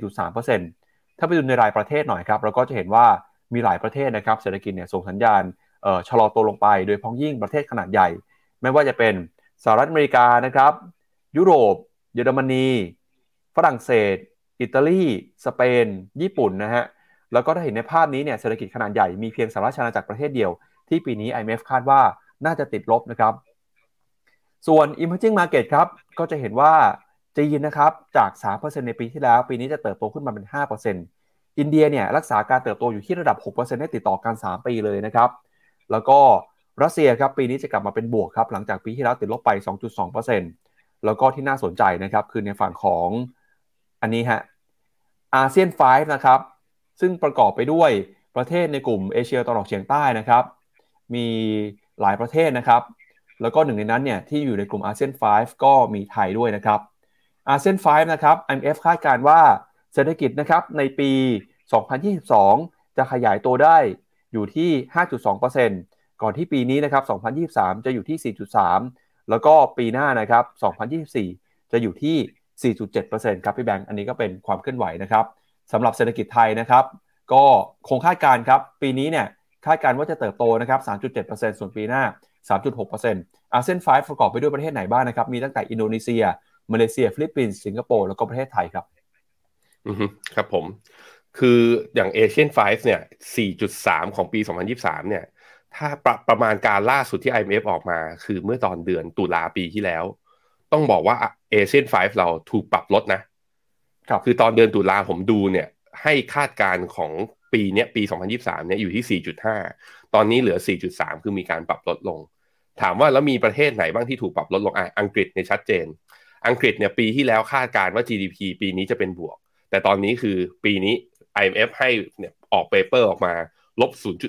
4.3% ถ้าไปดูในรายประเทศหน่อยครับเราก็จะเห็นว่ามีหลายประเทศนะครับเศรษฐกิจเนี่ยส่งสัญญาณชะลอตัวลงไปโดยพ้องยิ่งประเทศขนาดใหญ่ไม่ว่าจะเป็นสหรัฐอเมริกานะครับยุโรปเยอรมนีฝรั่งเศสอิตาลีสเปนญี่ปุ่นนะฮะแล้วก็ถ้าเห็นในภาพนี้เนี่ยเศรษฐกิจขนาดใหญ่มีเพียงสหรัฐอาณาจักรประเทศเดียวที่ปีนี้ IMF คาดว่าน่าจะติดลบนะครับส่วน emerging market ครับก็จะเห็นว่าจีนนะครับจาก 3% ในปีที่แล้วปีนี้จะเติบโตขึ้นมาเป็น 5%อินเดียเนี่ยรักษาการเติบโตอยู่ที่ระดับ 6% ได้ติดต่อกัน3ปีเลยนะครับแล้วก็รัสเซียครับปีนี้จะกลับมาเป็นบวกครับหลังจากปีที่แล้วติดลบไป 2.2% แล้วก็ที่น่าสนใจนะครับคือในฝั่งของอันนี้ฮะอาเซียน5นะครับซึ่งประกอบไปด้วยประเทศในกลุ่มเอเชียตะวันออกเฉียงใต้นะครับมีหลายประเทศนะครับแล้วก็หนึ่งในนั้นเนี่ยที่อยู่ในกลุ่มอาเซียน5ก็มีไทยด้วยนะครับอาเซียน5นะครับ IMF คาดการณ์ว่าเศรษฐกิจนะครับในปี 2022 จะขยายตัวได้อยู่ที่ 5.2% ก่อนที่ปีนี้นะครับ2023 จะอยู่ที่ 4.3 แล้วก็ปีหน้านะครับ2024 จะอยู่ที่ 4.7% ครับพี่แบงค์อันนี้ก็เป็นความเคลื่อนไหวนะครับสำหรับเศรษฐกิจไทยนะครับก็คงคาดการณ์ครับปีนี้เนี่ยคาดการณ์ว่าจะเติบโตนะครับ 3.7% ส่วนปีหน้า 3.6% อาเซียน5ประกอบไปด้วยประเทศไหนบ้างนะครับมีตั้งแต่อินโดนีเซียมาเลเซียฟิลิปปินส์สิงคโปร์แล้วก็ประเทศไทยครับครับผมคืออย่างเอเชียน5เนี่ย 4.3 ของปี 2023เนี่ยถ้าประมาณการล่าสุดที่ IMF ออกมาคือเมื่อตอนเดือนตุลาปีที่แล้วต้องบอกว่าเอเชียน5เราถูกปรับลดนะครับคือตอนเดือนตุลาผมดูเนี่ยให้คาดการณ์ของปีเนี้ยปี 2023เนี่ยอยู่ที่ 4.5 ตอนนี้เหลือ 4.3 คือมีการปรับลดลงถามว่าแล้วมีประเทศไหนบ้างที่ถูกปรับลดลงอังกฤษเนี่ยชัดเจนอังกฤษเนี่ยปีที่แล้วคาดการณ์ว่า GDP ปีนี้จะเป็นบวกแต่ตอนนี้คือปีนี้ IMF ให้เนี่ยออกเปเปอร์ออกมาลบ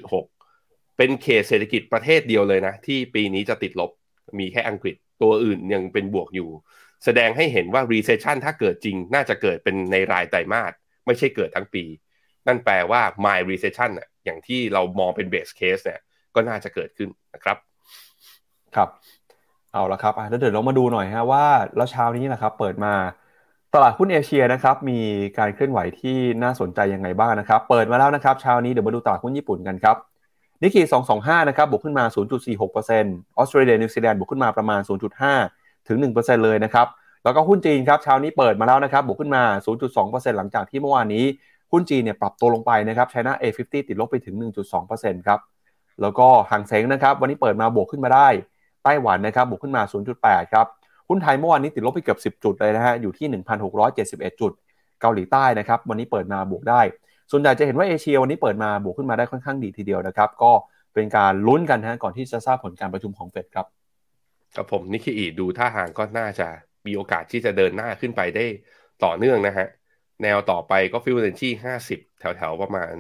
0.6 เป็นเขตเศรษฐกิจประเทศเดียวเลยนะที่ปีนี้จะติดลบมีแค่อังกฤษตัวอื่นยังเป็นบวกอยู่แสดงให้เห็นว่า recession ถ้าเกิดจริงน่าจะเกิดเป็นในรายไตรมาสไม่ใช่เกิดทั้งปีนั่นแปลว่า mild recession น่ะอย่างที่เรามองเป็น base case เนี่ยก็น่าจะเกิดขึ้นนะครับครับเอาละครับแล้วเดี๋ยวเรามาดูหน่อยฮะว่าแล้วเช้านี้นะครับเปิดมาตลาดหุ้นเอเชียนะครับมีการเคลื่อนไหวที่น่าสนใจยังไงบ้างนะครับเปิดมาแล้วนะครับเช้านี้เดี๋ยวมาดูตลาดหุ้นญี่ปุ่นกันครับนิกเกิ225นะครับบวกขึ้นมา 0.46% ออสเตรเลียนิวซีแลนด์บวกขึ้นมาประมาณ 0.5 ถึง 1% เลยนะครับแล้วก็หุ้นจีนครับเช้านี้เปิดมาแล้วนะครับบวกขึ้นมา 0.2% หลังจากที่เมื่อวานนี้หุ้นจีนเนี่ยปรับตัวลงไปนะครับ China A50 ติดลบไปถึง 1.2% ครับแล้วก็หางเส็งนะครับวันนี้เปิดมาบวกขึ้นมาได้ไต้หวันนะครับบวกขึ้นมา 0.8 ครับหุ้นไทยเมื่อวานนี้ติดลบไปเกือบ10จุดเลยนะฮะอยู่ที่ 1,671 จุดเกาหลีใต้นะครับวันนี้เปิดมาบวกได้ส่วนใหญ่จะเห็นว่าเอเชียวันนี้เปิดมาบวกขึ้นมาได้ค่อนข้างดีทีเดียวนะครับก็เป็นการลุ้นกันฮะก่อนที่จะทราบผลการประชุมของเฟดครับครับผมนิกเกิดูท่าทางก็น่าจะมีโอกาสที่จะเดินหน้าขึ้นไปได้ต่อเนื่องนะฮะแนวต่อไปก็ฟิวเจอร์ที่50แถวๆประมาณ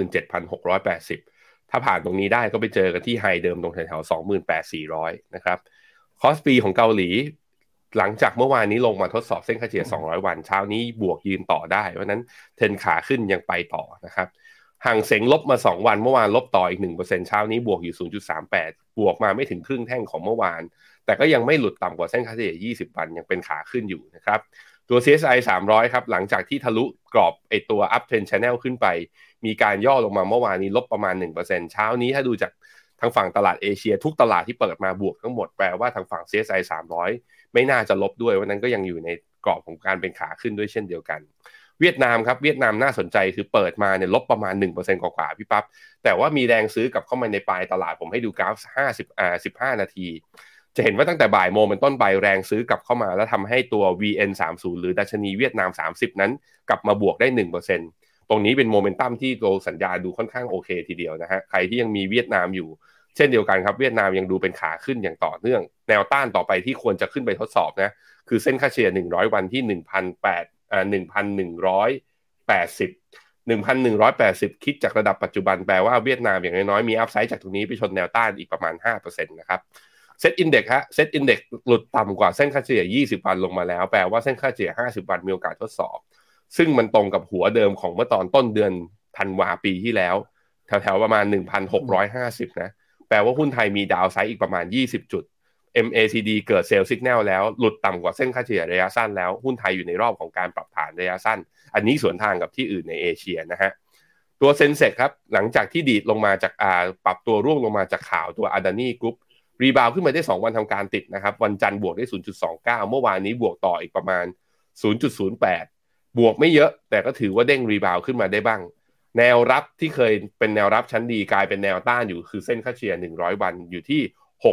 27,680 ถ้าผ่านตรงนี้ได้ก็ไปเจอกันที่ไฮเดิมตรงแถวๆ 28,400 นะครับคอสปีของเกาหลีหลังจากเมื่อวานนี้ลงมาทดสอบเส้นค่าเฉลี่ย200วันเช้านี้บวกยืนต่อได้เพราะนั้นเทรนขาขึ้นยังไปต่อนะครับห่างเส็งลบมา2วันเมื่อวานลบต่ออีก 1% เช้านี้บวกอยู่ 0.38 บวกมาไม่ถึงครึ่งแท่งของเมื่อวานแต่ก็ยังไม่หลุดต่ำกว่าเส้นค่าเฉลี่ย20วันยังเป็นขาขึ้นอยู่นะครับตัว CSI 300ครับหลังจากที่ทะลุกรอบไอตัว Uptrend Channel ขึ้นไปมีการย่อลงมาเมื่อวานนี้ลบประมาณ 1% เช้านี้ถ้าดูจากทางฝั่งตลาดเอเชียทุกตลาดที่เปิดมาบวกทั้งหมดแปลว่าทางฝั่ง CSI 300ไม่น่าจะลบด้วยวันนั้นก็ยังอยู่ในกรอบของการเป็นขาขึ้นด้วยเช่นเดียวกันเวียดนามครับเวียดนามน่าสนใจคือเปิดมาเนี่ยลบประมาณ 1% กว่าๆพี่ปั๊บแต่ว่ามีแรงซื้อกลับเข้ามาในปลายตลาดผมให้ดูกราฟ15 นาทีจะเห็นว่าตั้งแต่บ่ายโมงเป็นต้นไปแรงซื้อกลับเข้ามาแล้วทำให้ตัว VN30 หรือดัชนีเวียดนาม30นั้นกลับมาบวกได้ 1%ตรงนี้เป็นโมเมนตัมที่โตสัญญาดูค่อนข้างโอเคทีเดียวนะฮะใครที่ยังมีเวียดนามอยู่เช่นเดียวกันครับเวียดนามยังดูเป็นขาขึ้นอย่างต่อเนื่องแนวต้านต่อไปที่ควรจะขึ้นไปทดสอบนะคือเส้นค่าเฉลี่ย100วันที่ 1,180 คิดจากระดับปัจจุบันแปลว่าเวียดนามอย่างน้อยๆมีอัพไซด์จากตรงนี้ไปชนแนวต้านอีกประมาณ 5% นะครับเซตอินเด็กซ์ฮะเซตอินเด็กซ์หลุดต่ำกว่าเส้นค่าเฉลี่ย20วันลงมาแล้วแปลว่าเส้นค่าเฉลี่ย50วันมีโอกาสทดสอบซึ่งมันตรงกับหัวเดิมของเมื่อตอนต้นเดือนธันวาปีที่แล้วแถวๆประมาณ 1,650 นะแปลว่าหุ้นไทยมีดาวไซด์อีกประมาณ20จุด MACD เกิดเซลล์สัญญาณแล้วหลุดต่ำกว่าเส้นค่าเฉลี่ยระยะสั้นแล้วหุ้นไทยอยู่ในรอบของการปรับฐานระยะสั้นอันนี้สวนทางกับที่อื่นในเอเชียนะฮะตัวเซ็นเซกครับหลังจากที่ดีดลงมาจากปรับตัวร่วงลงมาจากข่าวตัว Adani Group รีบาวขึ้นมาได้2วันทำการติดนะครับวันจันทร์บวกได้ 0.29 เมื่อวานนี้บวกต่ออีกประมาณ 0.08 บวกไม่เยอะแต่ก็ถือว่าเด้งรีบาวขึ้นมาได้บ้างแนวรับที่เคยเป็นแนวรับชั้นดีกลายเป็นแนวต้านอยู่คือเส้นค่าเฉลี่ย100วันอยู่ที่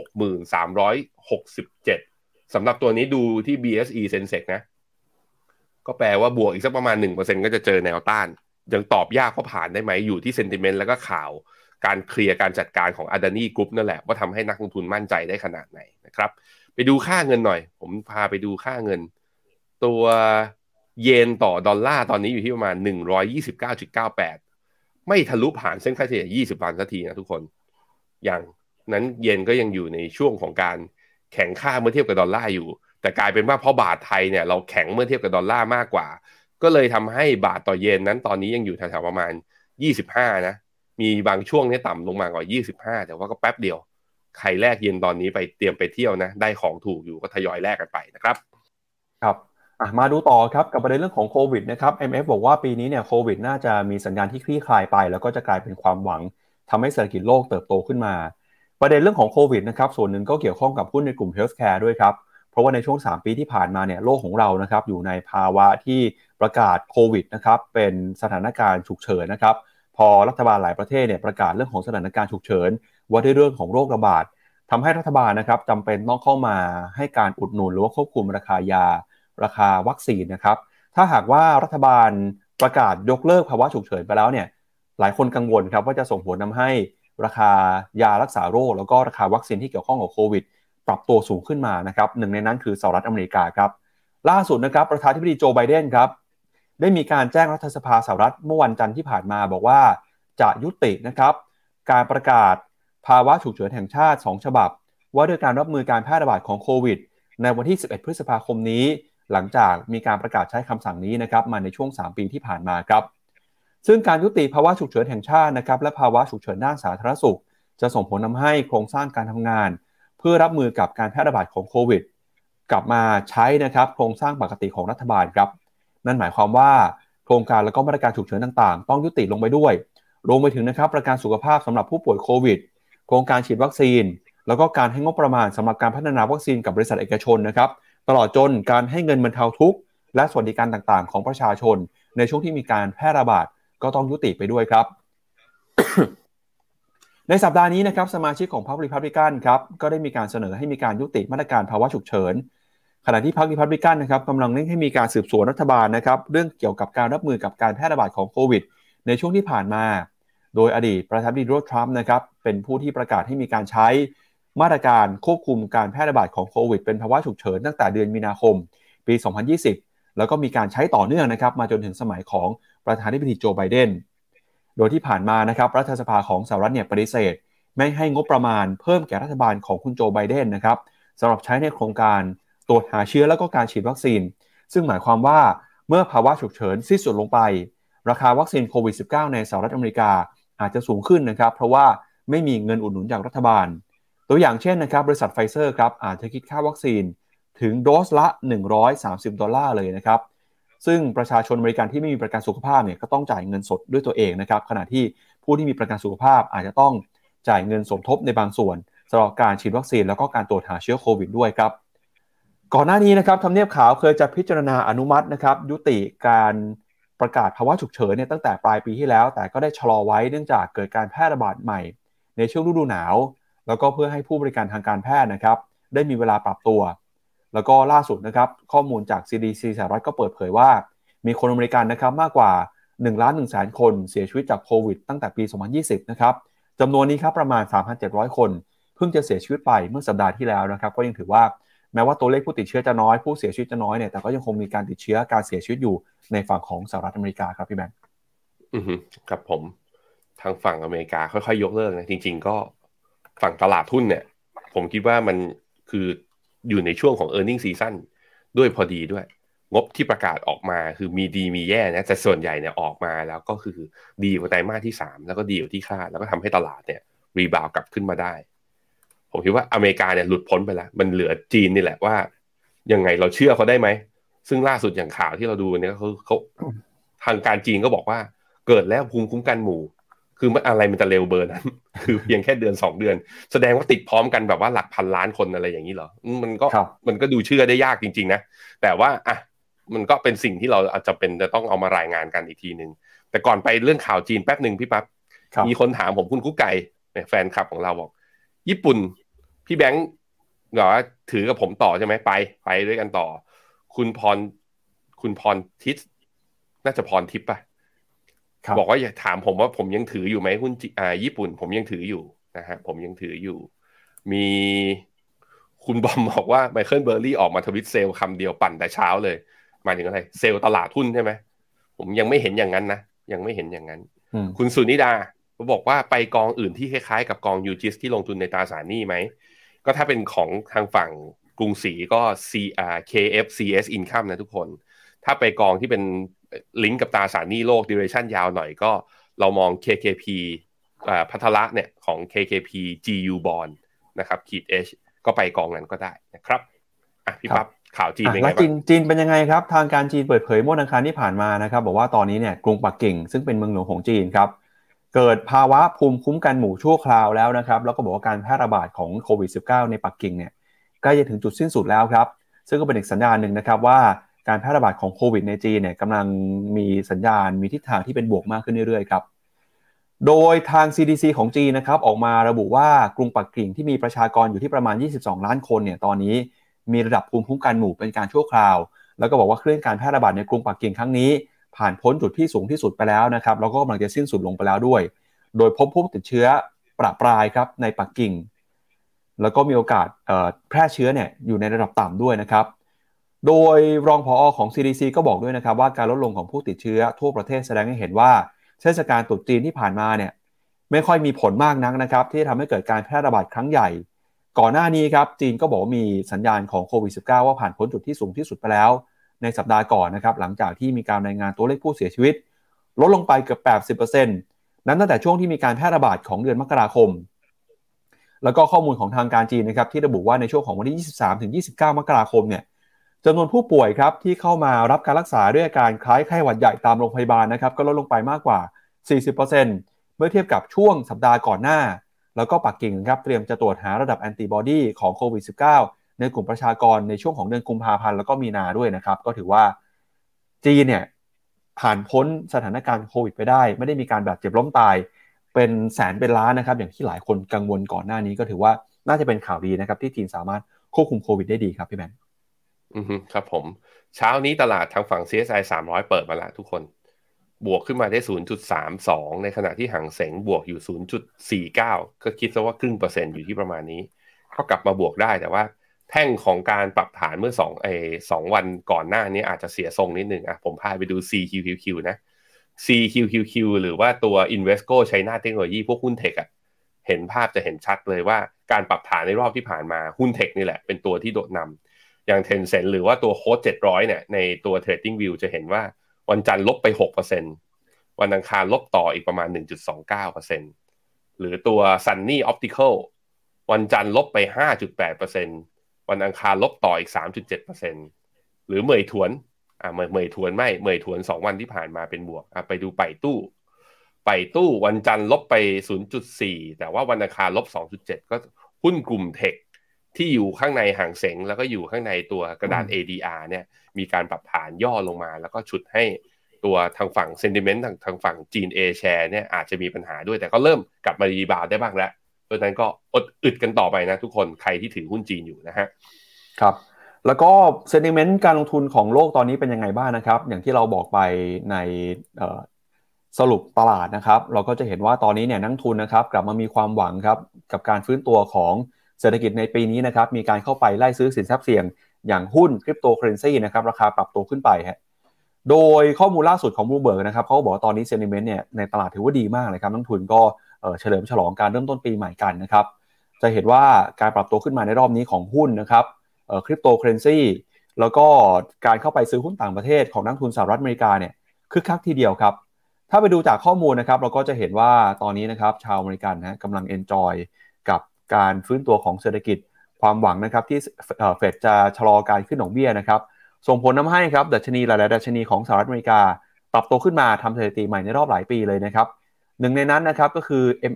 6367 สำหรับตัวนี้ดูที่ BSE Sensex นะก็แปลว่าบวกอีกสักประมาณ 1% ก็จะเจอแนวต้านยังตอบยากว่าผ่านได้ไหมอยู่ที่เซนติเมนต์แล้วก็ข่าวการเคลียร์การจัดการของ Adani Group นั่นแหละว่าทำให้นักลงทุนมั่นใจได้ขนาดไหนนะครับไปดูค่าเงินหน่อยผมพาไปดูค่าเงินตัวเยนต่อดอลลาร์ตอนนี้อยู่ที่ประมาณ 129.98 ไม่ทะลุผ่านเส้นค่าเฉลี่ย20วันสักทีนะทุกคนอย่างนั้นเยนก็ยังอยู่ในช่วงของการแข็งค่าเมื่อเทียบกับดอลลาร์อยู่แต่กลายเป็นว่าเพราะบาทไทยเนี่ยเราแข็งเมื่อเทียบกับดอลลาร์มากกว่าก็เลยทำให้บาทต่อเยนนั้นตอนนี้ยังอยู่แถวๆประมาณ25นะมีบางช่วงนี้ต่ำลงมากว่า25แต่ว่าก็แป๊บเดียวใครแลกเยนตอนนี้ไปเตรียมไปเที่ยวนะได้ของถูกอยู่ก็ทยอยแลกกันไปนะครับครับมาดูต่อครับกับประเด็นเรื่องของโควิดนะครับ IMF บอกว่าปีนี้เนี่ยโควิดน่าจะมีสัญญาณที่คลี่คลายไปแล้วก็จะกลายเป็นความหวังทำให้เศรษฐกิจโลกเติบโตขึ้นมาประเด็นเรื่องของโควิดนะครับส่วนหนึ่งก็เกี่ยวข้องกับหุ้นในกลุ่มเฮลท์แคร์ด้วยครับเพราะว่าในช่วง3ปีที่ผ่านมาเนี่ยโลกของเรานะครับอยู่ในภาวะที่ประกาศโควิดนะครับเป็นสถานการณ์ฉุกเฉินนะครับพอรัฐบาลหลายประเทศเนี่ยประกาศเรื่องของสถานการณ์ฉุกเฉินว่าด้วยเรื่องของโรคระบาดทำให้รัฐบาลนะครับจำเป็นต้องเข้ามาให้การอุดหนุนหรือว่าควบคุมราคายาราคาวัคซีนนะครับถ้าหากว่ารัฐบาลประกาศยกเลิกภาวะฉุกเฉินไปแล้วเนี่ยหลายคนกังวลครับว่าจะส่งผลทำให้ราคายารักษาโรคแล้วก็ราคาวัคซีนที่เกี่ยวข้องกับโควิดปรับตัวสูงขึ้นมานะครับหนึ่งในนั้นคือสหรัฐอเมริกาครับล่าสุดนะครับประธานาธิบดีโจไบเดนครับได้มีการแจ้งรัฐสภาสหรัฐเมื่อวันจันทร์ที่ผ่านมาบอกว่าจะยุตินะครับการประกาศภาวะฉุกเฉินแห่งชาติ2ฉบับว่าด้วยการรับมือการแพร่ระบาดของโควิดในวันที่11พฤษภาคมนี้หลังจากมีการประกาศใช้คำสั่งนี้นะครับมาในช่วง3ปีที่ผ่านมาครับซึ่งการยุติภาวะฉุกเฉินแห่งชาตินะครับและภาวะฉุกเฉินด้านสาธารณสุขจะส่งผลทำให้โครงสร้างการทำงานเพื่อรับมือกับการแพร่ระบาดของโควิดกลับมาใช้นะครับโครงสร้างปกติของรัฐบาลครับนั่นหมายความว่าโครงการและก็มาตรการฉุกเฉินต่างๆต้องยุติลงไปด้วยรวมไปถึงนะครับประกันสุขภาพสำหรับผู้ป่วยโควิดโครงการฉีดวัคซีนแล้วก็การให้งบประมาณสำหรับการพัฒนาวัคซีนกับบริษัทเอกชนนะครับตลอดจนการให้เงินบรรเทาทุกข์และสวัสดิการต่างๆของประชาชนในช่วงที่มีการแพร่ระบาดก็ต้องยุติไปด้วยครับ ในสัปดาห์นี้นะครับสมาชิกของพรรครีพับลิกันครับก็ได้มีการเสนอให้มีการยุติมาตรการภาวะฉุกเฉินขณะที่พรรครีพับลิกันนะครับกำลังเร่งให้มีการสืบสวนรัฐบาลนะครับเรื่องเกี่ยวกับการรับมือกับการแพร่ระบาดของโควิดในช่วงที่ผ่านมาโดยอดีตประธานาธิบดีโดนัลด์ทรัมป์นะครับเป็นผู้ที่ประกาศให้มีการใช้มาตรการควบคุมการแพร่ระบาดของโควิดเป็นภาวะฉุกเฉินตั้งแต่เดือนมีนาคมปี 2020 แล้วก็มีการใช้ต่อเนื่องนะครับมาจนถึงสมัยของประธานาธิบดีโจไบเดนโดยที่ผ่านมานะครับรัฐสภาของสหรัฐเนี่ยปฏิเสธไม่ให้งบประมาณเพิ่มแก่รัฐบาลของคุณโจไบเดนนะครับสำหรับใช้ในโครงการตรวจหาเชื้อแล้วก็การฉีดวัคซีนซึ่งหมายความว่าเมื่อภาวะฉุกเฉินสิ้นสุดลงไปราคาวัคซีนโควิด -19 ในสหรัฐอเมริกาอาจจะสูงขึ้นนะครับเพราะว่าไม่มีเงินอุดหนุนจากรัฐบาลตัวอย่างเช่นนะครับบริษัทไฟเซอร์ครับอาจจะคิดค่าวัคซีนถึงโดสละ$130เลยนะครับซึ่งประชาชนอเมริกันที่ไม่มีประกันสุขภาพเนี่ยก็ต้องจ่ายเงินสดด้วยตัวเองนะครับขณะที่ผู้ที่มีประกันสุขภาพอาจจะต้องจ่ายเงินสมทบในบางส่วนสำหรับการฉีดวัคซีนแล้วก็การตรวจหาเชื้อโควิดด้วยครับก่อนหน้านี้นะครับทำเนียบขาวเคยจะพิจารณาอนุมัตินะครับยุติการประกาศภาวะฉุกเฉินเนี่ยตั้งแต่ปลายปีที่แล้วแต่ก็ได้ชะลอไว้เนื่องจากเกิดการแพร่ระบาดใหม่ในช่วงฤดูหนาวแล้วก็เพื่อให้ผู้บริการทางการแพทย์นะครับได้มีเวลาปรับตัวแล้วก็ล่าสุดนะครับข้อมูลจาก CDC สหรัฐก็เปิดเผยว่ามีคนอเมริกันนะครับมากกว่า 1,100,000 คนเสียชีวิตจากโควิดตั้งแต่ปี 2020 นะครับจำนวนนี้ครับประมาณ 3,700 คนเพิ่งจะเสียชีวิตไปเมื่อสัปดาห์ที่แล้วนะครับก็ยังถือว่าแม้ว่าตัวเลขผู้ติดเชื้อจะน้อยผู้เสียชีวิตจะน้อยเนี่ยแต่ก็ยังคงมีการติดเชื้อการเสียชีวิตอยู่ในฝั่งของสหรัฐอเมริกาครับพี่แบงค์ครับผมทางฝั่งอเมริกาค่อยๆยกเลิกนะจริงๆก็ฝั่งตลาดหุ้นเนี่ยผมคิดว่ามันคืออยู่ในช่วงของ earning season ด้วยพอดีด้วยงบที่ประกาศออกมาคือมีดีมีแย่นะแต่ส่วนใหญ่เนี่ยออกมาแล้วก็คือดีกว่าไตรมาสที่3แล้วก็ดีกว่าที่คาดแล้วก็ทำให้ตลาดเนี่ยรีบาวกลับขึ้นมาได้ผมคิดว่าอเมริกาเนี่ยหลุดพ้นไปแล้วมันเหลือจีนนี่แหละว่ายังไงเราเชื่อเขาได้ไหมซึ่งล่าสุดอย่างข่าวที่เราดูเนี่ยเขาทางการจีนก็บอกว่าเกิดแล้วภูมิคุ้มกันหมู่คืออะไรมันจะเร็วเบอร์นั้น คือเพียงแค่เดือน2เดือนแสดงว่าติดพร้อมกันแบบว่าหลักพันล้านคนอะไรอย่างนี้เหรอมันก็ดูเชื่อได้ยากจริงๆนะแต่ว่าอ่ะมันก็เป็นสิ่งที่เราอาจจะเป็นจะต้องเอามารายงานกันอีกทีนึงแต่ก่อนไปเรื่องข่าวจีนแป๊บนึงพี่ปั๊บมีคนถามผมคุณกุ๊กไก่แฟนคลับของเราบอกญี่ปุ่นพี่แบงค์บอกว่าถือกับผมต่อใช่ไหมไปด้วยกันต่อคุณพรทิพย์น่าจะพรทิพย์ป่ะบอกว่าอย่าถามผมว่าผมยังถืออยู่ไหมหุ้นญี่ปุ่นผมยังถืออยู่นะฮะผมยังถืออยู่มีคุณบอมบอกว่าไมเคิลเบอร์รี่ออกมาทวิตเซลคำเดียวปั่นแต่เช้าเลยหมายถึงอะไรเซลตลาดหุ้นใช่ไหมผมยังไม่เห็นอย่างนั้นนะยังไม่เห็นอย่างนั้นคุณสุนิดาบอกว่าไปกองอื่นที่คล้ายๆกับกองยูจิสที่ลงทุนในตราสารหนี้ไหมก็ถ้าเป็นของทางฝั่งกรุงศรีก็ KFCS Income นะทุกคนถ้าไปกองที่เป็นลิงก์กับตราสารหนี้โลก duration ยาวหน่อยก็เรามอง KKP พัทละเนี่ยของ KKP GU Bond นะครับ-H ก็ไปกองนั้นก็ได้นะครับอ่ะพี่ปั๊บข่าวจีนเป็นไงบ้างจีนเป็นยังไงครับทางการจีนเปิดเผยเมื่อวันอังคารที่ผ่านมานะครับบอกว่าตอนนี้เนี่ยกรุงปักกิ่งซึ่งเป็นเมืองหลวงของจีนครับเกิดภาวะภูมิคุ้มกันหมู่ชั่วคราวแล้วนะครับแล้วก็บอกว่าการแพร่ระบาดของโควิด -19 ในปักกิ่งเนี่ยใกล้จะถึงจุดสิ้นสุดแล้วครับซึ่งก็เป็นอีกสัญญาณหนึ่งนะครับว่าการแพร่ระบาดของโควิดในจีนเนี่ยกำลังมีสัญญาณมีทิศทางที่เป็นบวกมากขึ้นเรื่อยๆครับโดยทาง CDC ของจีนนะครับออกมาระบุว่ากรุงปักกิ่งที่มีประชากรอยู่ที่ประมาณ22ล้านคนเนี่ยตอนนี้มีระดับภูมิคุ้มกันหมู่เป็นการชั่วคราวแล้วก็บอกว่าคลื่นการแพร่ระบาดในกรุงปักกิ่งครั้งนี้ผ่านพ้นจุดที่สูงที่สุดไปแล้วนะครับแล้วก็กำลังจะสิ้นสุดลงไปแล้วด้วยโดยพบผู้ติดเชื้อประปรายครับในปักกิ่งแล้วก็มีโอกาสแพร่เชื้อเนี่ยอยู่ในระดับต่ำด้วยนะครับโดยรองผอ.ของ CDC ก็บอกด้วยนะครับว่าการลดลงของผู้ติดเชื้อทั่วประเทศแสดงให้เห็นว่าเทศกาลตรุษจีนที่ผ่านมาเนี่ยไม่ค่อยมีผลมากนักนะครับที่ทำให้เกิดการแพร่ระบาดครั้งใหญ่ก่อนหน้านี้ครับจีนก็บอกว่ามีสัญญาณของโควิด -19 ว่าผ่านพ้นจุดที่สูงที่สุดไปแล้วในสัปดาห์ก่อนนะครับหลังจากที่มีการรายงานตัวเลขผู้เสียชีวิตลดลงไปเกือบ 80% นั้นตั้งแต่ช่วงที่มีการแพร่ระบาดของเดือนมกราคมแล้วก็ข้อมูลของทางการจีนนะครับที่ระบุว่าในช่วงของวันที่23ถึง29มกราคมเนี่ยจำนวนผู้ป่วยครับที่เข้ามารับการรักษาด้วยอาการคล้ายไข้หวัดใหญ่ตามโรงพยาบาลนะครับก็ลดลงไปมากกว่า 40% เมื่อเทียบกับช่วงสัปดาห์ก่อนหน้าแล้วก็ปักกิ่งครับเตรียมจะตรวจหาระดับแอนติบอดีของโควิด -19 ในกลุ่มประชากรในช่วงของเดือนกุมภาพันธ์แล้วก็มีนาด้วยนะครับก็ถือว่าจีนเนี่ยผ่านพ้นสถานการณ์โควิดไปได้ไม่ได้มีการบาดเจ็บล้มตายเป็นแสนเป็นล้านนะครับอย่างที่หลายคนกังวลก่อนหน้านี้ก็ถือว่าน่าจะเป็นข่าวดีนะครับที่จีนสามารถควบคุมโควิดได้ดีครับพี่แบงค์ครับผมเช้านี้ตลาดทางฝั่ง CSI 300เปิดมาแล้วทุกคนบวกขึ้นมาได้ 0.32 ในขณะที่หางเส็งบวกอยู่ 0.49 ก็คิดซะว่าครึ่งเปอร์เซ็นต์อยู่ที่ประมาณนี้ก็กลับมาบวกได้แต่ว่าแท่งของการปรับฐานเมื่อ2วันก่อนหน้านี้อาจจะเสียทรงนิดนึงผมพาไปดู CQQQ นะ CQQQ หรือว่าตัว Invesco China Technology พวกหุ้นเทคเห็นภาพจะเห็นชัดเลยว่าการปรับฐานในรอบที่ผ่านมาหุ้นเทคนี่แหละเป็นตัวที่โดดนำอย่าง Tencent หรือว่าตัวโค้ด700เนี่ยในตัว TradingView จะเห็นว่าวันจันทร์ลบไป 6% วันอังคารลบต่ออีกประมาณ 1.29% หรือตัว Sunny Optical วันจันทร์ลบไป 5.8% วันอังคารลบต่ออีก 3.7% หรือเหมยถวนเหมยถวน2วันที่ผ่านมาเป็นบวกไปดูไปตู้วันจันทร์ลบไป 0.4 แต่ว่าวันอังคารลบ 2.7 ก็หุ้นกลุ่มเทคที่อยู่ข้างในหางเส็งแล้วก็อยู่ข้างในตัวกระดาน ADR เนี่ยมีการปรับฐานย่อลงมาแล้วก็ฉุดให้ตัวทางฝั่ง sentiment ทางฝั่งจีน A share เนี่ยอาจจะมีปัญหาด้วยแต่ก็เริ่มกลับมารีบาวได้บ้างแล้วเพราะฉะนั้นก็อึดกันต่อไปนะทุกคนใครที่ถือหุ้นจีนอยู่นะฮะครับแล้วก็ sentiment การลงทุนของโลกตอนนี้เป็นยังไงบ้างนะครับอย่างที่เราบอกไปในสรุปตลาดนะครับเราก็จะเห็นว่าตอนนี้เนี่ยนักทุนนะครับกลับมามีความหวังครับกับการฟื้นตัวของเศรษฐกิจในปีนี้นะครับมีการเข้าไปไล่ซื้อสินทรัพย์เสี่ยงอย่างหุ้นคริปโตเคอเรนซีนะครับราคาปรับตัวขึ้นไปฮะโดยข้อมูลล่าสุดของ Bloomberg นะครับเขาบอกว่าตอนนี้ sentiment เนี่ยในตลาดถือว่าดีมากเลยครับนักทุนก็เฉลิมฉลองการเริ่มต้นปีใหม่กันนะครับจะเห็นว่าการปรับตัวขึ้นมาในรอบนี้ของหุ้นนะครับคริปโตเคอเรนซีแล้วก็การเข้าไปซื้อหุ้นต่างประเทศของนักทุนสหรัฐอเมริกาเนี่ยคึกคักทีเดียวครับถ้าไปดูจากข้อมูลนะครับเราก็จะเห็นว่าตอนนี้นะครับชาวอเมริกันนะกำลังเอนจอยกับการฟื้นตัวของเศรษฐกิจความหวังนะครับที่เฟดจะชะลอการขึ้นดอกเบี้ยนะครับส่งผลทำให้ครับดัชนีหลายๆดัชนีของสหรัฐอเมริกาปรับตัวขึ้นมาทำสถิติใหม่ในรอบหลายปีเลยนะครับหนึ่งในนั้นนะครับก็คือ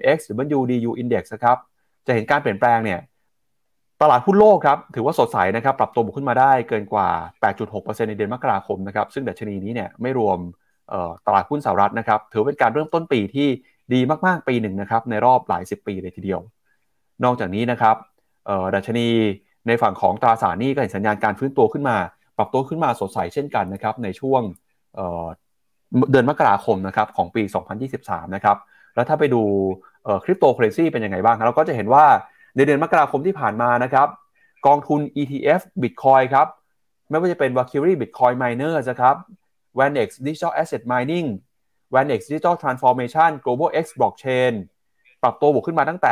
MXWDU Index นะครับจะเห็นการเปลี่ยนแปลงเนี่ยตลาดหุ้นโลกครับถือว่าสดใสนะครับปรับตัวบวกขึ้นมาได้เกินกว่า 8.6% ในเดือนมกราคมนะครับซึ่งดัชนีนี้เนี่ยไม่รวมตลาดหุ้นสหรัฐนะครับถือเป็นการเริ่มต้นปีที่ดีมากๆปีหนึ่งนะครับในรอบหลาย10ปีเลยทีเดียวนอกจากนี้นะครับดัชนีในฝั่งของตราสารหนี้ก็เห็นสัญญาณการฟื้นตัวขึ้นมาปรับตัวขึ้นมาสดใสเช่นกันนะครับในช่วงเดือนมกราคมนะครับของปี 2023 นะครับแล้วถ้าไปดูคริปโตเคอเรนซีเป็นยังไงบ้างเราก็จะเห็นว่าในเดือนมกราคมที่ผ่านมานะครับกองทุน ETF Bitcoin ครับไม่ว่าจะเป็น Valkyrie Bitcoin Miners นะครับ VanEck Digital Asset Mining VanEck Digital Transformation Global X Blockchain ปรับตัวบวกขึ้นมาตั้งแต่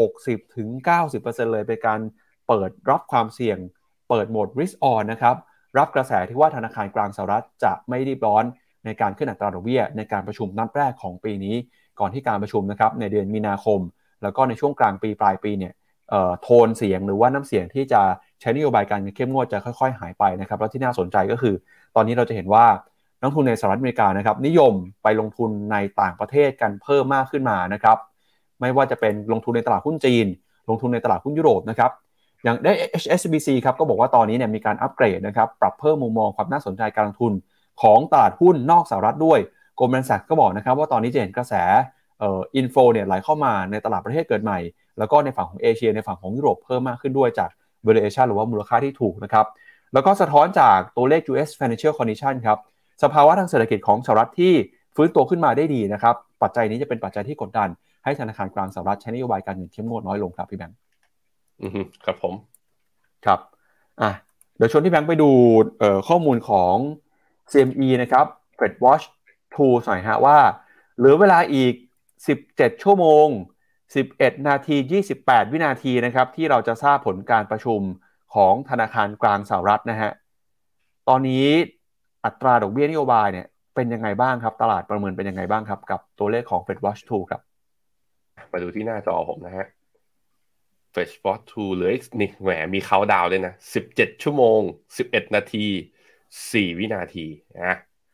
60-90% เลยเป็นการเปิดรับความเสี่ยงเปิดโหมด Risk On นะครับรับกระแสที่ว่าธนาคารกลางสหรัฐจะไม่รีบร้อนในการขึ้นอัตราดอกเบี้ยในการประชุมนัดแรกของปีนี้ก่อนที่การประชุมนะครับในเดือนมีนาคมแล้วก็ในช่วงกลางปีปลายปีเนี่ยโทนเสียงหรือว่าน้ำเสียงที่จะใช้นโยบายการเงินเข้มงวดจะค่อยๆหายไปนะครับแล้วที่น่าสนใจก็คือตอนนี้เราจะเห็นว่านักลงทุนในสหรัฐอเมริกานะครับนิยมไปลงทุนในต่างประเทศกันเพิ่มมากขึ้นมานะครับไม่ว่าจะเป็นลงทุนในตลาดหุ้นจีนลงทุนในตลาดหุ้นยุโรปนะครับอย่างได้ HSBC ครับก็บอกว่าตอนนี้เนี่ยมีการอัปเกรดนะครับปรับเพิ่มมุมมองความน่าสนใจการลงทุนของตลาดหุ้นนอกสหรัฐด้วย Goldman Sachs ก็บอกนะครับว่าตอนนี้จะเห็นกระแสอินโฟเนี่ยไหลเข้ามาในตลาดประเทศเกิดใหม่แล้วก็ในฝั่งของเอเชียในฝั่งของยุโรปเพิ่มมากขึ้นด้วยจาก valuation หรือว่ามูลค่าที่ถูกนะครับแล้วก็สะท้อนจากตัวเลข US Financial Condition ครับสภาวะทางเศรษฐกิจของสหรัฐที่ฟื้นตัวขึ้นมาได้ดีนะครับปัจจัยนี้จะเป็นปัจจัยที่กดดันให้ธนาคารกลางสหรัฐใช้นโยบายการเงินเข้มงวดน้อยลงครับพี่แบงค์ครับผมครับเดี๋ยวชวนที่แบงค์ไปดูข้อมูลของ CME นะครับ Fed Watch Tools หน่อยฮะว่าเหลือเวลาอีก17ชั่วโมง11นาที28วินาทีนะครับที่เราจะทราบผลการประชุมของธนาคารกลางสหรัฐนะฮะตอนนี้อัตราดอกเบี้ยนโยบายเนี่ยเป็นยังไงบ้างครับตลาดประเมินเป็นยังไงบ้างครับกับตัวเลขของ Fed Watch Tools ครับมาดูที่หน้าจอผมนะฮะ Fed Watch Tools เหลืออีกนี่แหมมีเค้าดาวน์ด้วยนะ17ชั่วโมง11นาที4วินาทีนะ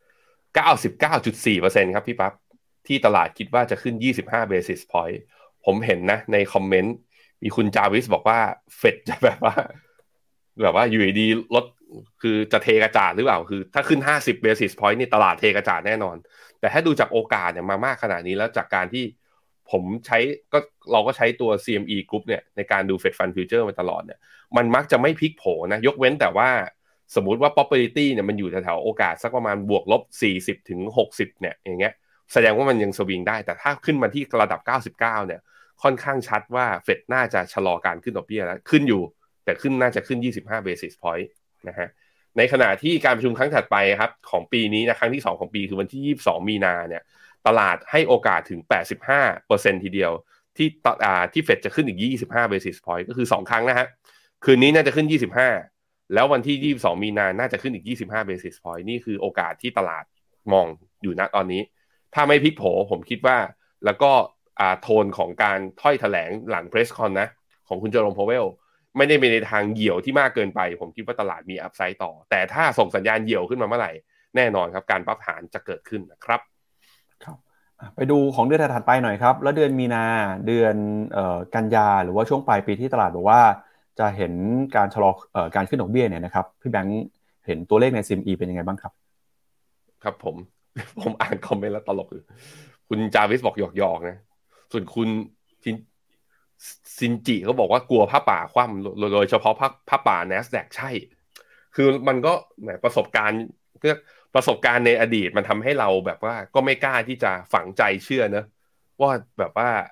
99.4% ครับพี่ปั๊บที่ตลาดคิดว่าจะขึ้น25 basis point ผมเห็นนะในคอมเมนต์มีคุณจาวิสบอกว่าเฟดจะแบบว่าอยู่ดีลดคือจะเทกระจาดหรือเปล่าคือถ้าขึ้น50 basis point นี่ตลาดเทกระจาดแน่นอนแต่ถ้าดูจากโอกาสเนี่ยมามากขนาดนี้แล้วจากการที่ผมใช้เราก็ใช้ตัว CME Group เนี่ยในการดู Fed Fund Future มาตลอดเนี่ยมันมักจะไม่พลิกโผนะยกเว้นแต่ว่าสมมุติว่า probability เนี่ยมันอยู่แถวๆโอกาสสักประมาณบวกลบ40ถึง60เนี่ยอย่างเงี้ยแสดงว่ามันยังสวิงได้แต่ถ้าขึ้นมาที่ระดับ99เนี่ยค่อนข้างชัดว่าเฟดน่าจะชะลอการขึ้นดอกเบี้ยแล้วขึ้นอยู่แต่น่าจะขึ้น25 basis point นะฮะในขณะที่การประชุมครั้งถัดไปครับของปีนี้นะครั้งที่2ของปีคือวันที่22มีนาเนี่ยตลาดให้โอกาสถึง 85% ทีเดียวที่เฟดจะขึ้นอีก25 basis point ก็คือ2ครั้งนะฮะคืนนี้น่าจะขึ้น25แล้ววันที่22มีนาน่าจะขึ้นอีก25 basis point นี่คือโอกาสที่ตลาดมองอยู่ณตอนนี้ถ้าไม่พลิกโผผมคิดว่าแล้วก็โทนของการถ้อยแถลงหลังเพรสคอนนะของคุณเจอโรม พาวเวลไม่ได้เป็นในทางเหี่ยวที่มากเกินไปผมคิดว่าตลาดมีอัพไซด์ต่อแต่ถ้าส่งสัญญาณเหี่ยวขึ้นมาเมื่อไหร่แน่นอนครับการปรับฐานจะเกิดขึ้นนะครับครับไปดูของเดือนถัดไปหน่อยครับแล้วเดือนมีนาเดือนกันยาหรือว่าช่วงปลายปีที่ตลาดบอกว่าจะเห็นการชะลอการขึ้นดอกเบี้ยเนี่ยนะครับพี่แบงค์เห็นตัวเลขใน CME เป็นยังไงบ้างครับครับผมอ่านคอมเมนต์แล้วตลกอยู่คุณจาวิสบอกหยอกๆนะส่วนคุณซินจิเขาบอกว่ากลัวผ้าป่าคว่ำโดยเฉพาะผ้าป่า NASDAQ ใช่คือมันก็แหมประสบการณ์ในอดีตมันทำให้เราแบบว่าก็ไม่กล้าที่จะฝังใจเชื่อนะว่าแบบ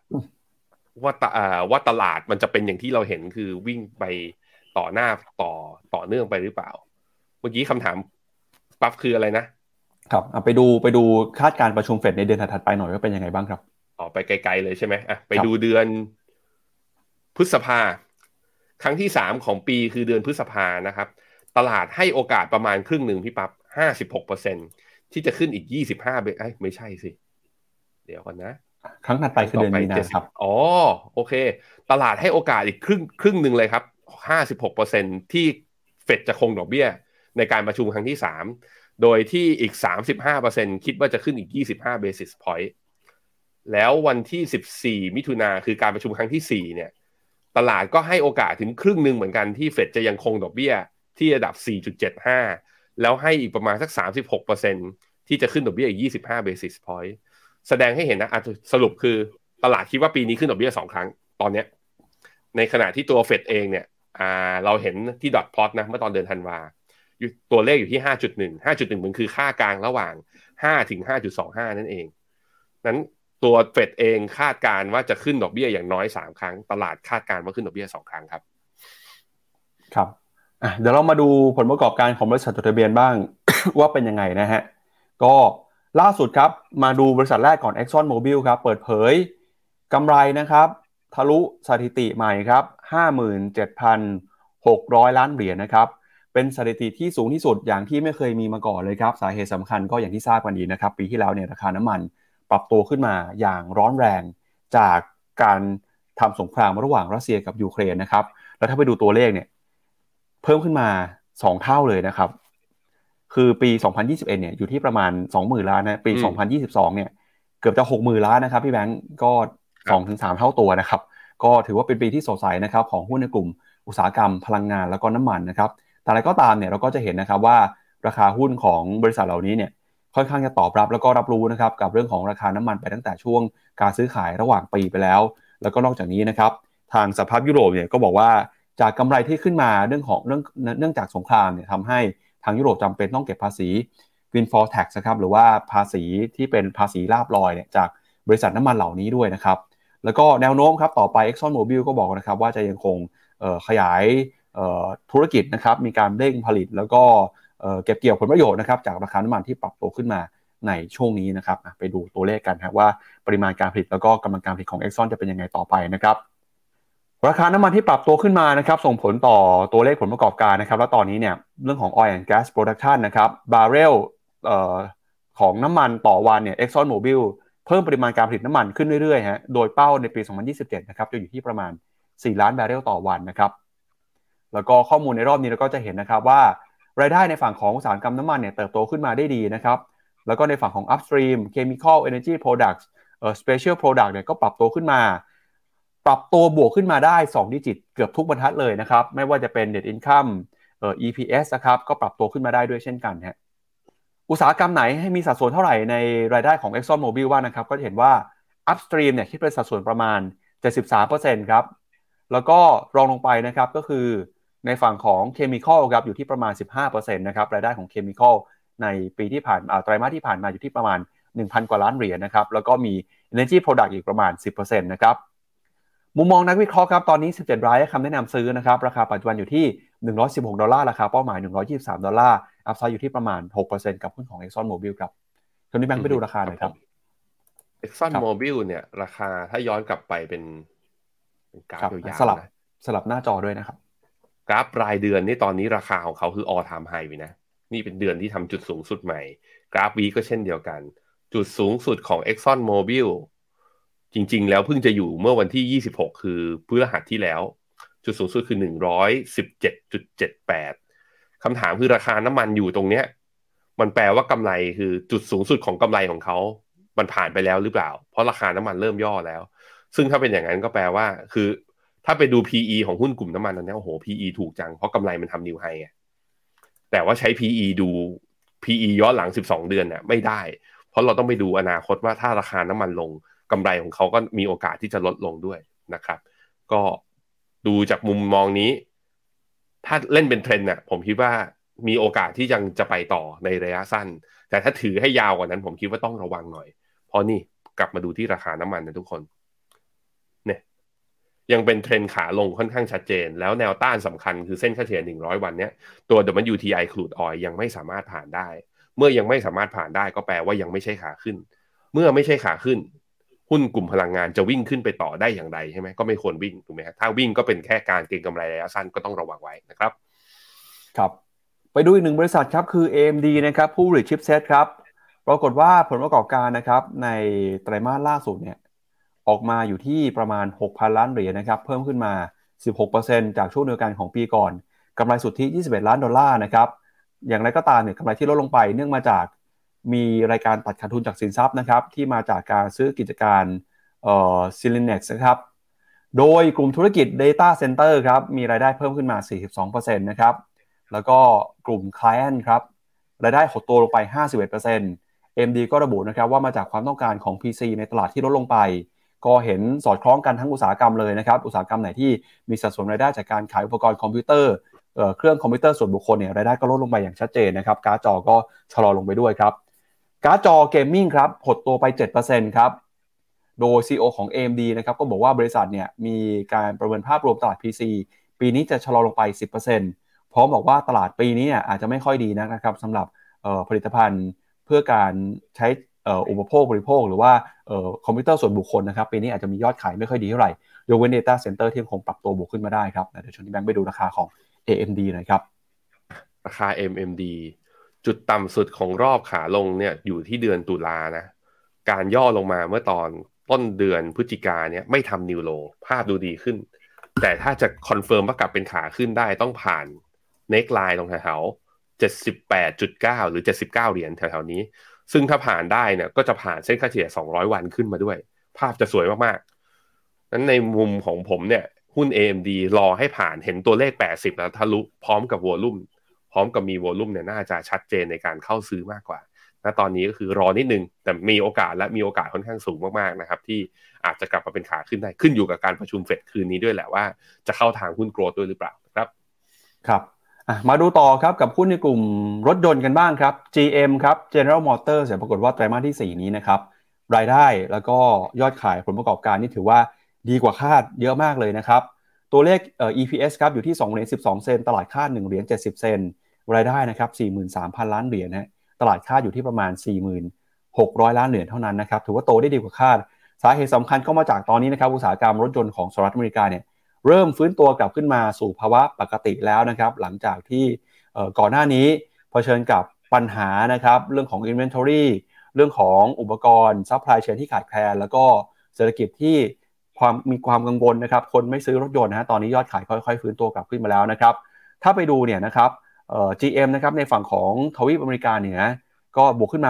ว่าตลาดมันจะเป็นอย่างที่เราเห็นคือวิ่งไปต่อหน้าต่อเนื่องไปหรือเปล่าเมื่อกี้คำถามปั๊บคืออะไรนะครับไปดูคาดการณ์ประชุมเฟดในเดือนถัดไปหน่อยว่าเป็นยังไงบ้างครับไปไกลๆเลยใช่ไหมไปดูเดือนพฤษภาครั้งที่3ของปีคือเดือนพฤษภานะครับตลาดให้โอกาสประมาณครึ่งหนึ่งพี่ปั๊บ56%ที่จะขึ้นอีก25ไม่ใช่สิเดี๋ยวก่อนนะครั้งถัดไปคือเดือนมีนาครับโอเคตลาดให้โอกาสอีกครึ่งหนึ่งเลยครับ56%ที่เฟดจะคงดอกเบี้ยในการประชุมครั้งที่3โดยที่อีก 35% คิดว่าจะขึ้นอีก25 basis point แล้ววันที่14มิถุนาคือการประชุมครั้งที่4เนี่ยตลาดก็ให้โอกาสถึงครึ่งหนึ่งเหมือนกันที่เฟดจะยังคงดอกเบี้ยที่ระดับ 4.75 แล้วให้อีกประมาณสัก 36% ที่จะขึ้นดอกเบี้ยอีก25 basis point แสดงให้เห็นนะสรุปคือตลาดคิดว่าปีนี้ขึ้นดอกเบี้ย2ครั้งตอนนี้ในขณะที่ตัวเฟดเองเนี่ยเราเห็นที่ดอทพลอตนะเมื่อตอนเดือนธันวาตัวเลขอยู่ที่ 5.1 มันคือค่ากลางระหว่าง5ถึง 5.25 นั่นเองนั้นตัวเฟดเองคาดการว่าจะขึ้นดอกเบี้ยอย่างน้อย3ครั้งตลาดคาดการว่าขึ้นดอกเบี้ย2ครั้งครับครับเดี๋ยวเรามาดูผลประกอบการของบริษัทจดทะเบียนบ้าง ว่าเป็นยังไงนะฮะก็ล่าสุดครับมาดูบริษัทแรกก่อน Exxon Mobil ครับเปิดเผยกำไรนะครับทะลุสถิติใหม่ครับ 57,600 ล้านเหรียญนะครับเป็นสถิติที่สูงที่สุดอย่างที่ไม่เคยมีมาก่อนเลยครับสาเหตุสำคัญก็อย่างที่ทราบกันดีนะครับปีที่แล้วเนี่ยราคาน้ำมันปรับตัวขึ้นมาอย่างร้อนแรงจากการทำสงครามระหว่างรัสเซียกับยูเครนนะครับแล้วถ้าไปดูตัวเลขเนี่ยเพิ่มขึ้นมา2เท่าเลยนะครับคือปี2021เนี่ยอยู่ที่ประมาณ 20,000 ล้านนะปี2022เนี่ยเกือบจะ 60,000 ล้านนะครับพี่แบงก์ก็ 2-3 เท่าตัวนะครับก็ถือว่าเป็นปีที่สดใสนะครับของหุ้นในกลุ่มอุตสาหกรรมพลังงานแล้วก็น้ำมันนะครับแต่อะไรก็ตามเนี่ยเราก็จะเห็นนะครับว่าราคาหุ้นของบริษัทเหล่านี้เนี่ยค่อนข้างจะตอบรับแล้วก็รับรู้นะครับกับเรื่องของราคาน้ำมันไปตั้งแต่ช่วงการซื้อขายระหว่างปีไปแล้วแล้วก็นอกจากนี้นะครับทางสหภาพยุโรปเนี่ยก็บอกว่าจากกำไรที่ขึ้นมาเรื่องจากสงครามเนี่ยทำให้ทางยุโรปจำเป็นต้องเก็บภาษี windfall tax นะครับหรือว่าภาษีที่เป็นภาษีลาภลอยเนี่ยจากบริษัทน้ำมันเหล่านี้ด้วยนะครับแล้วก็แนวโน้มครับต่อไป Exxon Mobil ก็บอกนะครับว่าจะยังคงขยายธุรกิจนะครับมีการเร่งผลิตแล้วก็เก็บเกี่ยวผลประโยชน์นะครับจากราคาน้ำมันที่ปรับตัวขึ้นมาในช่วงนี้นะครับไปดูตัวเลขกันครับว่าปริมาณการผลิตแล้วก็กำลังการผลิตของ Exxon จะเป็นยังไงต่อไปนะครับราคาน้ำมันที่ปรับตัวขึ้นมานะครับส่งผลต่อตัวเลขผลประกอบการนะครับแล้วตอนนี้เนี่ยเรื่องของ Oil and Gas Production นะครับบาร์เรลของน้ำมันต่อวันเนี่ย Exxon Mobil เพิ่มปริมาณการผลิตน้ำมันขึ้นเรื่อยๆฮะโดยเป้าในปี2027นะครับจะอยู่ที่ประมาณ4ล้านบาร์เรลต่อวันนะครับแล้วก็ข้อมูลในรอบนี้เราก็จะเห็นนะครับว่ารายได้ในฝั่งของอุตสาหกรรมน้ำมันเนี่ยเติบโตขึ้นมาได้ดีนะครับแล้วก็ในฝั่งของ upstream chemical energy products special product เนี่ยก็ปรับตัวขึ้นมาปรับตัวบวกขึ้นมาได้2ดิจิตเกือบทุกบรรทัดเลยนะครับไม่ว่าจะเป็น net income EPS นะครับก็ปรับตัวขึ้นมาได้ด้วยเช่นกันฮะอุตสาหกรรมไหนให้มีสัดส่วนเท่าไหร่ในรายได้ของ Exxon Mobil ว่านะครับก็จะเห็นว่า upstream เนี่ยคิดเป็นสัดส่วนประมาณ 73% ครับแล้วก็รองลงไปนะครับก็คือในฝั่งของ chemical ครับอยู่ที่ประมาณ 15% นะครับรายได้ของ chemical ในปีที่ผ่านไตรมาสที่ผ่านมาอยู่ที่ประมาณ 1,000 กว่าล้านเหรียญนะครับแล้วก็มี energy product อีกประมาณ 10% นะครับมุมมองนักวิเคราะห์ครับตอนนี้17รายให้คำแนะนำซื้อนะครับราคาปัจจุบันอยู่ที่$116ราคาเป้าหมาย$123อัพไซด์อยู่ที่ประมาณ 6% กับหุ้นของ Exxon Mobil ครับคุณนิแบงค์ไปดูราคาหน่อยครับ Exxon Mobil เนี่ยราคาถ้าย้อนกลับไปเป็นกราฟยาวๆนะสลับหน้าจอด้วยนะครับกราฟรายเดือนนี่ตอนนี้ราคาของเขาคือ all time high นะนี่เป็นเดือนที่ทำจุดสูงสุดใหม่กราฟวีก็เช่นเดียวกันจุดสูงสุดของ Exxon Mobil จริงๆแล้วเพิ่งจะอยู่เมื่อวันที่26คือพฤหัสที่แล้วจุดสูงสุดคือ 117.78 คำถามคือราคาน้ำมันอยู่ตรงเนี้ยมันแปลว่ากำไรคือจุดสูงสุดของกำไรของเขามันผ่านไปแล้วหรือเปล่าเพราะราคาน้ำมันเริ่มย่อแล้วซึ่งถ้าเป็นอย่างนั้นก็แปลว่าคือถ้าไปดู PE ของหุ้นกลุ่มน้ำมันตอนนี้โอ้โห PE ถูกจังเพราะกำไรมันทำนิวไฮไงแต่ว่าใช้ PE ดู PE ย้อนหลัง12เดือนเนี่ยไม่ได้เพราะเราต้องไปดูอนาคตว่าถ้าราคาน้ำมันลงกำไรของเขาก็มีโอกาสที่จะลดลงด้วยนะครับก็ดูจากมุมมองนี้ถ้าเล่นเป็นเทรนด์น่ะผมคิดว่ามีโอกาสที่ยังจะไปต่อในระยะสั้นแต่ถ้าถือให้ยาวกว่านั้นผมคิดว่าต้องระวังหน่อยเพราะนี่กลับมาดูที่ราคาน้ำมันนะทุกคนเนี่ยยังเป็นเทรนขาลงค่อนข้างชัดเจนแล้วแนวต้านสำคัญคือเส้นค่าเฉลี่ย100วันเนี้ยตัว WTI crude oil ยังไม่สามารถผ่านได้เมื่อยังไม่สามารถผ่านได้ก็แปลว่ายังไม่ใช่ขาขึ้นเมื่อไม่ใช่ขาขึ้นหุ้นกลุ่มพลังงานจะวิ่งขึ้นไปต่อได้อย่างไรใช่ไหมก็ไม่ควรวิ่งถูกไหมครับถ้าวิ่งก็เป็นแค่การเก็งกำไรระยะสั้นก็ต้องระวังไว้นะครับครับไปดูอีกหนึ่งบริษัทครับคือ AMD นะครับผู้ผลิตชิปเซตครับปรากฏว่าผลประกอบการนะครับในไตรมาสล่าสุดเนี่ยออกมาอยู่ที่ประมาณ 6,000 ล้านเหรียญนะครับเพิ่มขึ้นมา 16% จากช่วงเดียวกันของปีก่อนกำไรสุทธิ$21 ล้านนะครับอย่างไรก็ตามเนี่ยกำไรที่ลดลงไปเนื่องมาจากมีรายการตัดขาดทุนจากสินทรัพย์นะครับที่มาจากการซื้อกิจการSilinex นะครับโดยกลุ่มธุรกิจ Data Center ครับมีรายได้เพิ่มขึ้นมา 42% นะครับแล้วก็กลุ่ม Client ครับรายได้หดตัวลงไป 51% AMD ก็ระบุนะครับว่ามาจากความต้องการของ PC ในตลาดที่ลดลงไปก็เห็นสอดคล้องกันทั้งอุตสาหกรรมเลยนะครับอุตสาหกรรมไหนที่มีสัดส่วนรายได้จากการขายอุปกรณ์คอมพิวเตอร์เครื่องคอมพิวเตอร์ส่วนบุคคลเนี่ยรายได้ก็ลดลงไปอย่างชัดเจนนะครับการ์ดจอก็ชะลอลงไปด้วยครับการ์ดจอเกมมิ่งครับหดตัวไป 7% ครับโดย CEO ของ AMD นะครับก็บอกว่าบริษัทเนี่ยมีการประเมินภาพรวมตลาด PC ปีนี้จะชะลอลงไป 10%พร้อมบอกว่าตลาดปีนี้อาจจะไม่ค่อยดีนะครับสำหรับผลิตภัณฑ์เพื่อการใช้อุปโภคบริโภคหรือว่าคอมพิวเตอร์ส่วนบุคคลนะครับปีนี้อาจจะมียอดขายไม่ค่อยดีเท่าไหร่ยกเว้น Data Center ที่คงปรับตัวบวกขึ้นมาได้ครับเดี๋ยวชวนที่แบงค์ไปดูราคาของ AMD หน่อยครับราคา AMD จุดต่ำสุดของรอบขาลงเนี่ยอยู่ที่เดือนตุลานะการย่อลงมาเมื่อตอนต้นเดือนพฤศจิกาเนี่ยไม่ทำนิวโลภาพดูดีขึ้นแต่ถ้าจะคอนเฟิร์มว่ากลับเป็นขาขึ้นได้ต้องผ่านเน็กไลน์ตรงแถว 78.9 หรือ79เหรียญแถวๆนี้ซึ่งถ้าผ่านได้เนี่ยก็จะผ่านเส้นค่าเฉลี่ย200วันขึ้นมาด้วยภาพจะสวยมากๆนั้นในมุมของผมเนี่ยหุ้น AMD รอให้ผ่านเห็นตัวเลข80แล้วทะลุพร้อมกับวอลุ่มพร้อมกับมีวอลุ่มเนี่ยน่าจะชัดเจนในการเข้าซื้อมากกว่าณตอนนี้ก็คือรอนิดนึงแต่มีโอกาสและมีโอกาสค่อนข้างสูงมากๆนะครับที่อาจจะกลับมาเป็นขาขึ้นได้ขึ้นอยู่กับการประชุมเฟดคืนนี้ด้วยแหละว่าจะเข้าทางหุ้นโกรทด้วยหรือเปล่าครับครับมาดูต่อครับกับหุ้นในกลุ่มรถยนต์กันบ้างครับ GM ครับ General Motors ปรากฏว่าไตรมาสที่4นี้นะครับรายได้แล้วก็ยอดขายผลประกอบการนี่ถือว่าดีกว่าคาดเยอะมากเลยนะครับตัวเลขEPS ครับอยู่ที่2เหรียญ12เซนต์ตลาดคาด1เหรียญ70เซนต์รายได้นะครับ 43,000 ล้านเหรียญนะตลาดคาดอยู่ที่ประมาณ 4,600 ล้านเหรียญเท่านั้นนะครับถือว่าโตได้ดีกว่าคาดสาเหตุสำคัญก็มาจากตอนนี้นะครับอุตสาหกรรมรถยนต์ของสหรัฐอเมริกาเนี่ยเริ่มฟื้นตัวกลับขึ้นมาสู่ภาวะปกติแล้วนะครับหลังจากที่ก่อนหน้านี้เผชิญกับปัญหานะครับเรื่องของ inventory เรื่องของอุปกรณ์ supply chain ที่ขาดแคลนแล้วก็เศรษฐกิจที่มีความกังวลนะครับคนไม่ซื้อรถยนต์นะตอนนี้ยอดขายค่อยๆฟื้นตัวกลับขึ้นมาแล้วนะครับถ้าไปดูเนี่ยนะครับGM นะครับในฝั่งของทวีปอเมริกาเหนือก็บวกขึ้นมา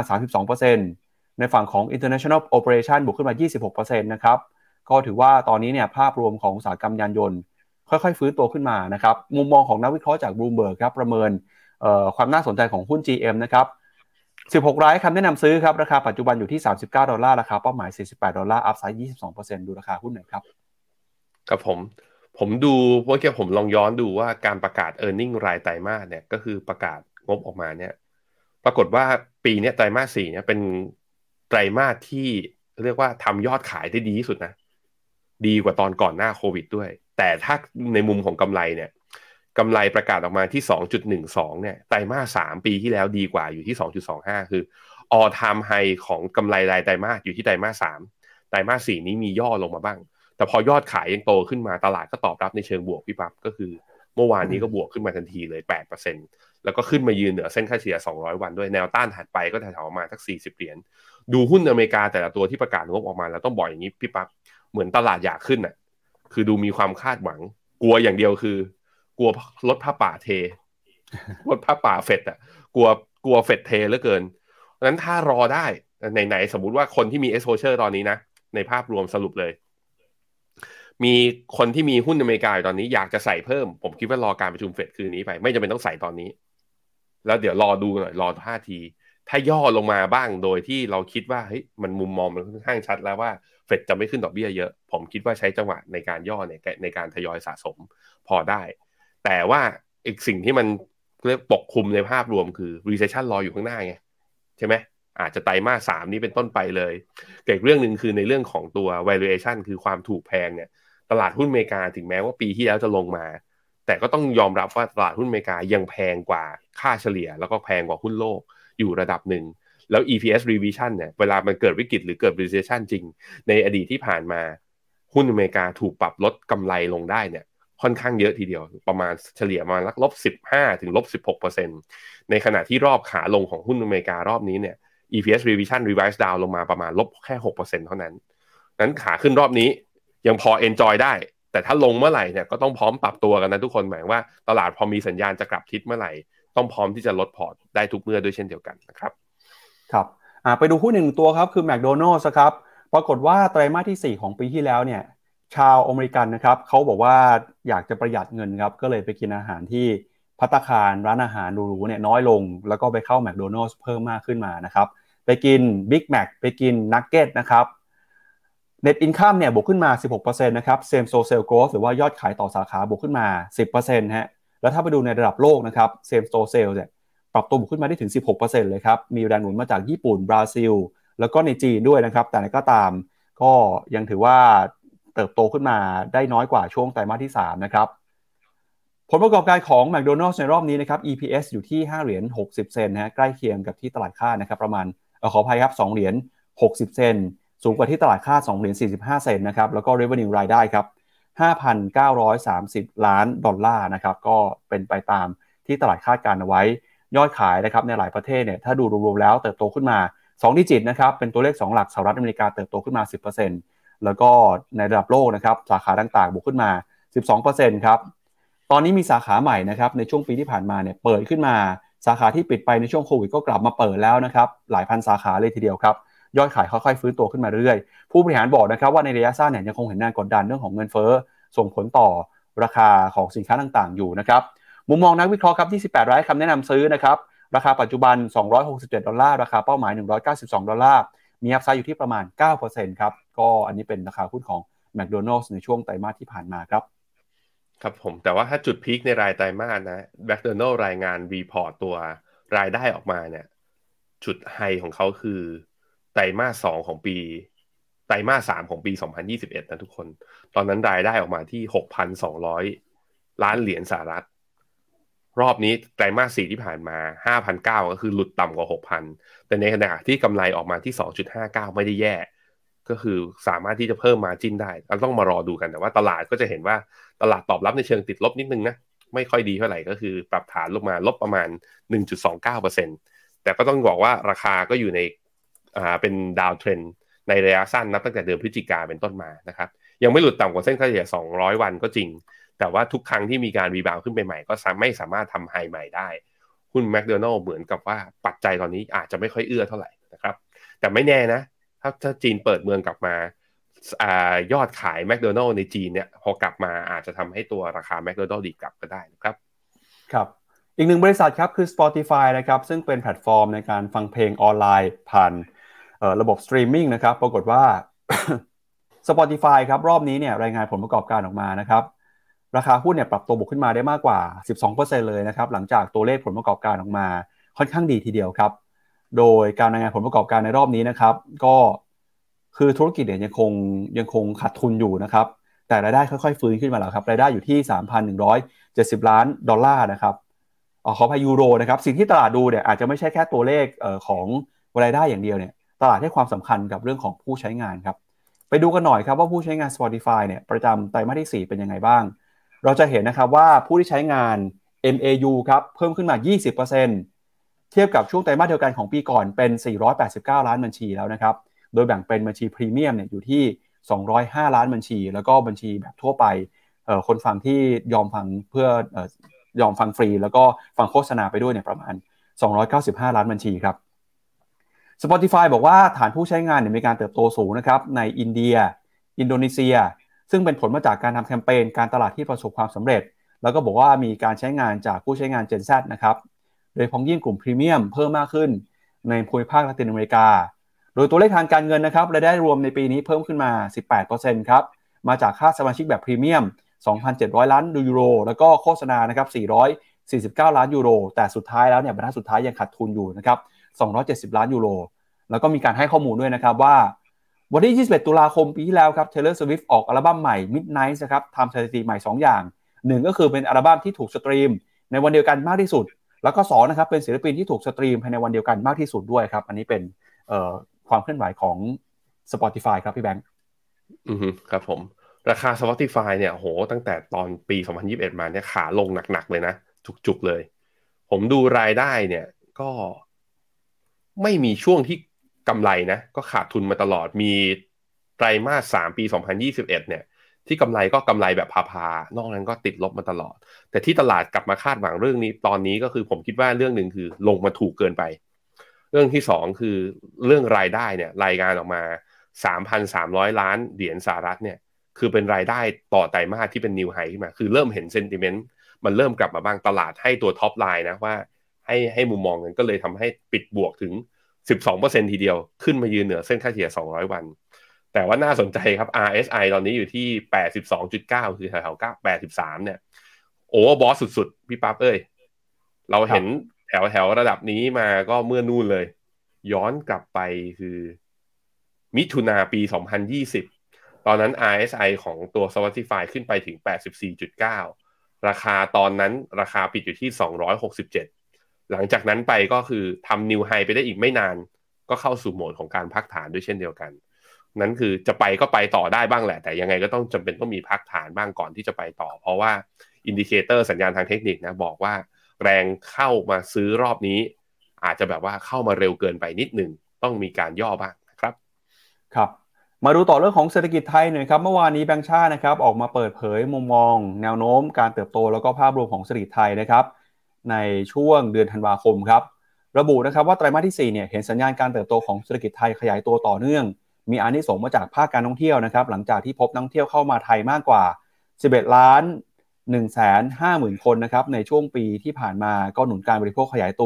32% ในฝั่งของ international operation บวกขึ้นมา 26% นะครับก็ถือว่าตอนนี้เนี่ยภาพรวมของอุตสาหกรรมยานยนต์ค่อยๆฟื้นตัวขึ้นมานะครับมุมมองของนักวิเคราะห์จาก Bloomberg ครับประเมินความน่าสนใจของหุ้น GM นะครับ16รายคำแนะนำซื้อครับราคาปัจจุบันอยู่ที่$39ราคาเป้าหมาย$48อัพไซด์ 22% ดูราคาหุ้นหน่อยครับครับผมดูเมื่อกี้ผมลองย้อนดูว่าการประกาศ earning รายไตรมาสเนี่ยก็คือประกาศงบออกมาเนี่ยปรากฏว่าปีนี้ไตรมาส4เนี่ยเป็นไตรมาสที่เรียกว่าทำยอดขายได้ดีที่สุดนะดีกว่าตอนก่อนหน้าโควิดด้วยแต่ถ้าในมุมของกำไรเนี่ยกำไรประกาศออกมาที่ 2.12 เนี่ยไตรมาส3ปีที่แล้วดีกว่าอยู่ที่ 2.25 คือ all time high ของกำไรรายไตรมาสอยู่ที่ไตรมาส3ไตรมาส4นี้มีย่อลงมาบ้างแต่พอยอดขายยังโตขึ้นมาตลาดก็ตอบรับในเชิงบวกพี่ปั๊บก็คือเมื่อวานนี้ก็บวกขึ้นมาทันทีเลย 8% แล้วก็ขึ้นมายืนเหนือเส้นค่าเฉลี่ย200วันด้วยแนวต้านถัดไปก็แถวๆประมาณสัก40เหรียญดูหุ้นอเมริกาแต่ละตัวที่ประกาศงบออกมาแล้วต้องบอกอย่างนี้พี่ปั๊บเหมือนตลาดอยากขึ้นน่ะคือดูมีความคาดหวังกลัวอย่างเดียวคือกลัวรถผ้าป่าเทรถผ้าป่าเฟดอ่ะกลัวเฟดเทเหลือเกินเพราะฉะนั้นถ้ารอได้ไหนสมมุติว่าคนที่มี exposure ตอนนี้นะในภาพรวมสรุปเลยมีคนที่มีหุ้นอเมริกาอยู่ตอนนี้อยากจะใส่เพิ่มผมคิดว่ารอการประชุมเฟดคืนนี้ไปไม่จำเป็นต้องใส่ตอนนี้แล้วเดี๋ยวรอดูหน่อยรอท่าทีถ้าย่อลงมาบ้างโดยที่เราคิดว่าเฮ้ยมันมุมมองมันค่อนข้างชัดแล้วว่าเฟดจะไม่ขึ้นดอกเบี้ยเยอะผมคิดว่าใช้จังหวะในการย่อในการทยอยสะสมพอได้แต่ว่าอีกสิ่งที่มันเรียกปกคลุมในภาพรวมคือ recession รออยู่ข้างหน้าไงใช่ไหมอาจจะไตรมาส3นี้เป็นต้นไปเลยแต่อีกเรื่องนึงคือในเรื่องของตัว valuation คือความถูกแพงเนี่ยตลาดหุ้นอเมริกาถึงแม้ว่าปีที่แล้วจะลงมาแต่ก็ต้องยอมรับว่าตลาดหุ้นอเมริกายังแพงกว่าค่าเฉลี่ยแล้วก็แพงกว่าหุ้นโลกอยู่ระดับหนึ่งแล้ว EPS revision เนี่ยเวลามันเกิดวิกฤตหรือเกิด recession จริงในอดีตที่ผ่านมาหุ้นอเมริกาถูกปรับลดกำไรลงได้เนี่ยค่อนข้างเยอะทีเดียวประมาณเฉลี่ยมาลบ15ถึงลบ 16% ในขณะที่รอบขาลงของหุ้นอเมริการอบนี้เนี่ย EPS revision revise down ลงมาประมาณลบแค่ 6% เท่านั้นนั้นขาขึ้นรอบนี้ยังพอ enjoy ได้แต่ถ้าลงเมื่อไหร่เนี่ยก็ต้องพร้อมปรับตัวกันนะทุกคนหมายว่าตลาดพอมีสัญญาณจะกลับทิศเมื่อไหร่ต้องพร้อมที่จะลดพอร์ตได้ทุกเมื่อด้วยเช่นเดียวกันนะครับครับไปดูหุ้นหนึ่งตัวครับคือ McDonald's ครับปรากฏว่าไตรมาสที่4ของปีที่แล้วเนี่ยชาวอเมริกันนะครับเขาบอกว่าอยากจะประหยัดเงินครับก็เลยไปกินอาหารที่ภัตตาคารร้านอาหารหรูๆเนี่ยน้อยลงแล้วก็ไปเข้า McDonald's เพิ่มมากขึ้นมานะครับไปกิน Big Mac ไปกิน Nugget นะครับ Net Income เนี่ยบวกขึ้นมา 16% นะครับ Same Store Sales Growth หรือว่ายอดขายต่อสาขาบวกขึ้นมา 10% ฮะแล้วถ้าไปดูในระดับโลกนะครับ Same Store Sales เนี่ยปรับตัวบวกขึ้นมาได้ถึง 16% เลยครับมีแรงหนุนมาจากญี่ปุ่นบราซิลแล้วก็ในจีนด้วยนะครับแต่ก็ตามก็ยังถือว่าเติบโตขึ้นมาได้น้อยกว่าช่วงไตรมาสที่3นะครับผลประกอบการของ McDonald's ในรอบนี้นะครับ EPS อยู่ที่5เหรียญ60เซนต์นะฮะใกล้เคียงกับที่ตลาดคาดนะครับประมาณขออภัยครับ2เหรียญ60เซนต์สูงกว่าที่ตลาดคาด2เหรียญ45เซนต์นะครับแล้วก็ revenue รายได้ครับ 5,930 ล้านดอลลาร์นะครับก็เป็นไปตามที่ตลาดคาดการเอาไว้ยอดขายนะครับในหลายประเทศเนี่ยถ้าดูรวมๆแล้วเติบโตขึ้นมา2ดิจิตนะครับเป็นตัวเลข2หลักสหรัฐอเมริกาเติบโตขึ้นมา 10% แล้วก็ในระดับโลกนะครับสาขาต่างๆบวกขึ้นมา 12% ครับตอนนี้มีสาขาใหม่นะครับในช่วงปีที่ผ่านมาเนี่ยเปิดขึ้นมาสาขาที่ปิดไปในช่วงโควิดก็กลับมาเปิดแล้วนะครับหลายพันสาขาเลยทีเดียวครับยอดขายค่อยๆฟื้นตัวขึ้นมาเรื่อยๆผู้บริหารบอกนะครับว่าในระยะสั้นเนี่ยยังคงเห็นแรงกดดันเรื่องของเงินเฟ้อส่งผลต่อราคาของสินค้าต่างๆอยู่นะครับมุมมองนักวิเคราะห์ครับ28รายคำแนะนำซื้อนะครับราคาปัจจุบัน$267ราคาเป้าหมาย$192มีอัพไซด์อยู่ที่ประมาณ 9% ครับก็อันนี้เป็นราคาหุ้นของ McDonald's ในช่วงไตรมาสที่ผ่านมาครับครับผมแต่ว่าถ้าจุดพีคในรายไตรมาสนะแบ็คโดนัลรายงานรีพอร์ตตัวรายได้ออกมาเนี่ยจุดไฮของเขาคือไตรมาส2ของปีไตรมาส3ของปี2021นะทุกคนตอนนั้นรายได้ออกมาที่ 6,200 ล้านเหรียญสหรัฐรอบนี้ไตรมาส4ที่ผ่านมา 5,900 ก็คือหลุดต่ำกว่า 6,000 แต่ในขณะที่กำไรออกมาที่ 2.59 ไม่ได้แย่ก็คือสามารถที่จะเพิ่มมาร์จิ้นได้เราต้องมารอดูกันแต่ว่าตลาดก็จะเห็นว่าตลาดตอบรับในเชิงติดลบนิดนึงนะไม่ค่อยดีเท่าไหร่ก็คือปรับฐานลงมาลบประมาณ 1.29% แต่ก็ต้องบอกว่าราคาก็อยู่ในเป็นดาวเทรนในระยะสั้นนับตั้งแต่เดือนพฤศจิกาเป็นต้นมานะครับยังไม่หลุดต่ำกว่าเส้นค่าเฉลี่ย200วันก็จริงแต่ว่าทุกครั้งที่มีการรีบาวขึ้นไปใหม่ก็ไม่สามารถทำไฮใหม่ได้หุ้นแมคโดนัลด์เหมือนกับว่าปัจจัยตอนนี้อาจจะไม่ค่อยเอื้อเท่าไหร่นะครับแต่ไม่แน่นะถ้าจีนเปิดเมืองกลับมายอดขายแมคโดนัลด์ในจีนเนี่ยพอกลับมาอาจจะทำให้ตัวราคาแมคโดนัลด์ดีกลับก็ได้นะครับครับอีกหนึ่งบริษัทครับคือ Spotify นะครับซึ่งเป็นแพลตฟอร์มในการฟังเพลงออนไลน์ผ่านระบบสตรีมมิ่งนะครับปรากฏว่า Spotify ครับรอบนี้เนี่ยรายงานผลประกอบการออกมานะครับราคาหุ้นเนี่ยปรับตัวบวกขึ้นมาได้มากกว่า 12% เลยนะครับหลังจากตัวเลขผลประกอบการออกมาค่อนข้างดีทีเดียวครับโดยการรายงานผลประกอบการในรอบนี้นะครับก็คือธุรกิจเนี่ยยังคงขาดทุนอยู่นะครับแต่รายได้ค่อยๆฟื้นขึ้นมาแล้วครับรายได้อยู่ที่ 3,170 ล้านดอลลาร์นะครับขออภัยยูโรนะครับสิ่งที่ตลาดดูเนี่ยอาจจะไม่ใช่แค่ตัวเลขของรายได้อย่างเดียวเนี่ยตลาดให้ความสำคัญกับเรื่องของผู้ใช้งานครับไปดูกันหน่อยครับว่าผู้ใช้งาน Spotify เนี่ยประจำไตรมาสที่ 4 เป็นยังไงบ้างเราจะเห็นนะครับว่าผู้ที่ใช้งาน MAU ครับเพิ่มขึ้นมา 20% เทียบกับช่วงไตรมาสเดียวกันของปีก่อนเป็น489ล้านบัญชีแล้วนะครับโดยแบ่งเป็นบัญชีพรีเมียมเนี่ยอยู่ที่205ล้านบัญชีแล้วก็บัญชีแบบทั่วไปคนฟังที่ยอมฟังเพื่อยอมฟังฟรีแล้วก็ฟังโฆษณาไปด้วยเนี่ยประมาณ295ล้านบัญชีครับ Spotify บอกว่าฐานผู้ใช้งานเนี่ยมีการเติบโตสูงนะครับในอินเดียอินโดนีเซียซึ่งเป็นผลมาจากการทำแคมเปญการตลาดที่ประสบความสำเร็จแล้วก็บอกว่ามีการใช้งานจากผู้ใช้งาน Gen Z นะครับโดยพ้องยิ่งกลุ่มพรีเมียมเพิ่มมากขึ้นในภูมิภาคละตินอเมริกาโดยตัวเลขทางการเงินนะครับรายได้รวมในปีนี้เพิ่มขึ้นมา 18% ครับมาจากค่าสมาชิกแบบพรีเมียม 2,700 ล้านยูโรแล้วก็โฆษณานะครับ449ล้านยูโรแต่สุดท้ายแล้วเนี่ยบรรทัดสุดท้ายยังขาดทุนอยู่นะครับ270ล้านยูโรแล้วก็มีการให้ข้อมูลด้วยนะครับว่าวันที่21ตุลาคมปีที่แล้วครับ Taylor Swift ออกอัลบั้มใหม่ Midnight นะครับทำสถิติใหม่2อย่าง1ก็คือเป็นอัลบั้มที่ถูกสตรีมในวันเดียวกันมากที่สุดแล้วก็2นะครับเป็นศิลปินที่ถูกสตรีมภายในวันเดียวกันมากที่สุดด้วยครับอันนี้เป็นความเคลื่อนไหวของ Spotify ครับพี่แบงค์ครับผมราคา Spotify เนี่ยโหตั้งแต่ตอนปี2021มาเนี่ยขาลงหนักๆเลยนะจุกๆเลยผมดูรายได้เนี่ยก็ไม่มีช่วงที่กำไรนะก็ขาดทุนมาตลอดมีไตรมาส3ปี2021เนี่ยที่กำไรก็กำไรแบบพาๆนอกนั้นก็ติดลบมาตลอดแต่ที่ตลาดกลับมาคาดหวังเรื่องนี้ตอนนี้ก็คือผมคิดว่าเรื่องหนึ่งคือลงมาถูกเกินไปเรื่องที่2คือเรื่องรายได้เนี่ยรายงานออกมา 3,300 ล้านเหรียญสหรัฐเนี่ยคือเป็นรายได้ต่อไตรมาสที่เป็นนิวไฮขึ้นมาคือเริ่มเห็นเซนติเมนต์มันเริ่มกลับมาบ้างตลาดให้ตัวท็อปไลน์นะว่าให้มุมมองกันก็เลยทำให้ปิดบวกถึง 12% ทีเดียวขึ้นมายืนเหนือเส้นค่าเฉลี่ย200วันแต่ว่าน่าสนใจครับ RSI ตอนนี้อยู่ที่ 82.9 คือแถวๆ83เนี่ยโอเวอร์บอสสุดๆพี่ปั๊บเราเห็นแถวระดับนี้มาก็เมื่อนู่นเลยย้อนกลับไปคือมิถุนาปี2020ตอนนั้น RSI ของตัว Spotify ขึ้นไปถึง 84.9 ราคาตอนนั้นราคาปิดอยู่ที่267หลังจากนั้นไปก็คือทำนิวไฮไปได้อีกไม่นานก็เข้าสู่โหมดของการพักฐานด้วยเช่นเดียวกันนั้นคือจะไปก็ไปต่อได้บ้างแหละแต่ยังไงก็ต้องจำเป็นต้องมีพักฐานบ้างก่อนที่จะไปต่อเพราะว่าอินดิเคเตอร์สัญญาณทางเทคนิคนะบอกว่าแรงเข้ามาซื้อรอบนี้อาจจะแบบว่าเข้ามาเร็วเกินไปนิดหนึ่งต้องมีการย่อบ้างนะครับครับมาดูต่อเรื่องของเศรษฐกิจไทยหน่อยครับเมื่อวานนี้แบงก์ชาตินะครับออกมาเปิดเผยมุมมองแนวโน้มการเติบโตแล้วก็ภาพรวมของเศรษฐกิจไทยนะครับในช่วงเดือนธันวาคมครับระบุนะครับว่าไตรมาสที่4เนี่ยเห็นสัญญาณการเติบโตของเศรษฐกิจไทยขยายตัวต่อเนื่องมีอานิสงส์มาจากภาคการท่องเที่ยวนะครับหลังจากที่พบนักท่องเที่ยวเข้ามาไทยมากกว่า11ล้าน150,000 คนนะครับในช่วงปีที่ผ่านมาก็หนุนการบริโภคขยายตัว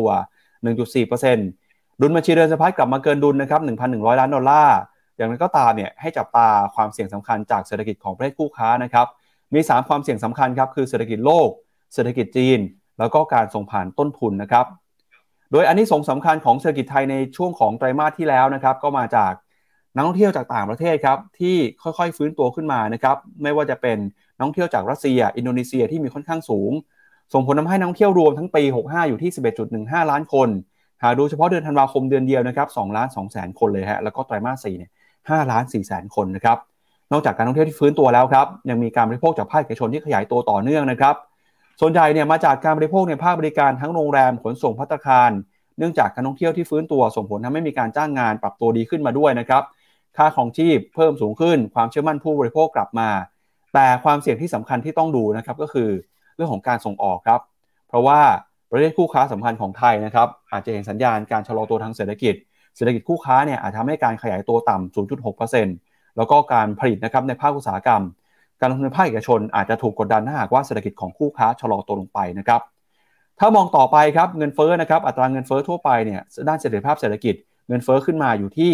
1.4% ดุลบัญชีเดินสะพัดกลับมาเกินดุลนะครับ 1,100 ล้านดอลลาร์อย่างนั้นก็ตามเนี่ยให้จับตาความเสี่ยงสำคัญจากเศรษฐกิจของประเทศคู่ค้านะครับมี3ความเสี่ยงสำคัญครับคือเศรษฐกิจโลกเศรษฐกิจจีนแล้วก็การส่งผ่านต้นทุนนะครับโดยอันนี้สำคัญของเศรษฐกิจไทยในช่วงของไตรมาสที่แล้วนะครับก็มาจากนักท่องเที่ยวจากต่างประเทศครับที่ค่อยๆฟื้นตัวขึ้นมานะครับไม่ว่าจะเป็นนักท่องเที่ยวจากรัสเซียอินโดนีเซียที่มีค่อนข้างสูงส่งผลทำให้นักท่องเที่ยวรวมทั้งปี65อยู่ที่ 11.15 ล้านคนหากดูเฉพาะเดือนธันวาคมเดือนเดียวนะครับ2 ล้าน 2 แสนคนเลยฮะแล้วก็ไตรมาส4เนี่ย5 ล้าน 4 แสนคนนะครับนอกจากการท่องเที่ยวที่ฟื้นตัวแล้วครับยังมีการบริโภคจากภาคเอกชนที่ขยายตัวต่อเนื่องนะครับส่วนใหญ่เนี่ยมาจากการบริโภคในภาคบริการทั้งโรงแรมขนส่งภัตตาคารเนื่องจากการท่องเที่ยวที่ฟื้นตัวส่งผลทำให้มีการจ้างงานปรับตัวดีขึ้นมาด้วยนะครับค่าครองชีพเพิ่มสูงขึ้นความเชื่อมั่นผู้บริโภคกลับมาแต่ความเสี่ยงที่สำคัญที่ต้องดูนะครับก็คือเรื่องของการส่งออกครับเพราะว่าประเทศคู่ค้าสำคัญของไทยนะครับอาจจะเห็นสัญญาณการชะลอตัวทางเศรษฐกิจคู่ค้าเนี่ยอาจทำให้การขยายตัวต่ำ 0.6% แล้วก็การผลิตนะครับในภาคอุตสาหกรรมการลงทุนในภาคเอกชนอาจจะถูกกดดันถ้าหากว่าเศรษฐกิจของคู่ค้าชะลอตัวลงไปนะครับถ้ามองต่อไปครับเงินเฟ้อนะครับอัตราเงินเฟ้อทั่วไปเนี่ยด้านเสถียรภาพเศรษฐกิจเงินเฟ้อขึ้นมาอยู่ที่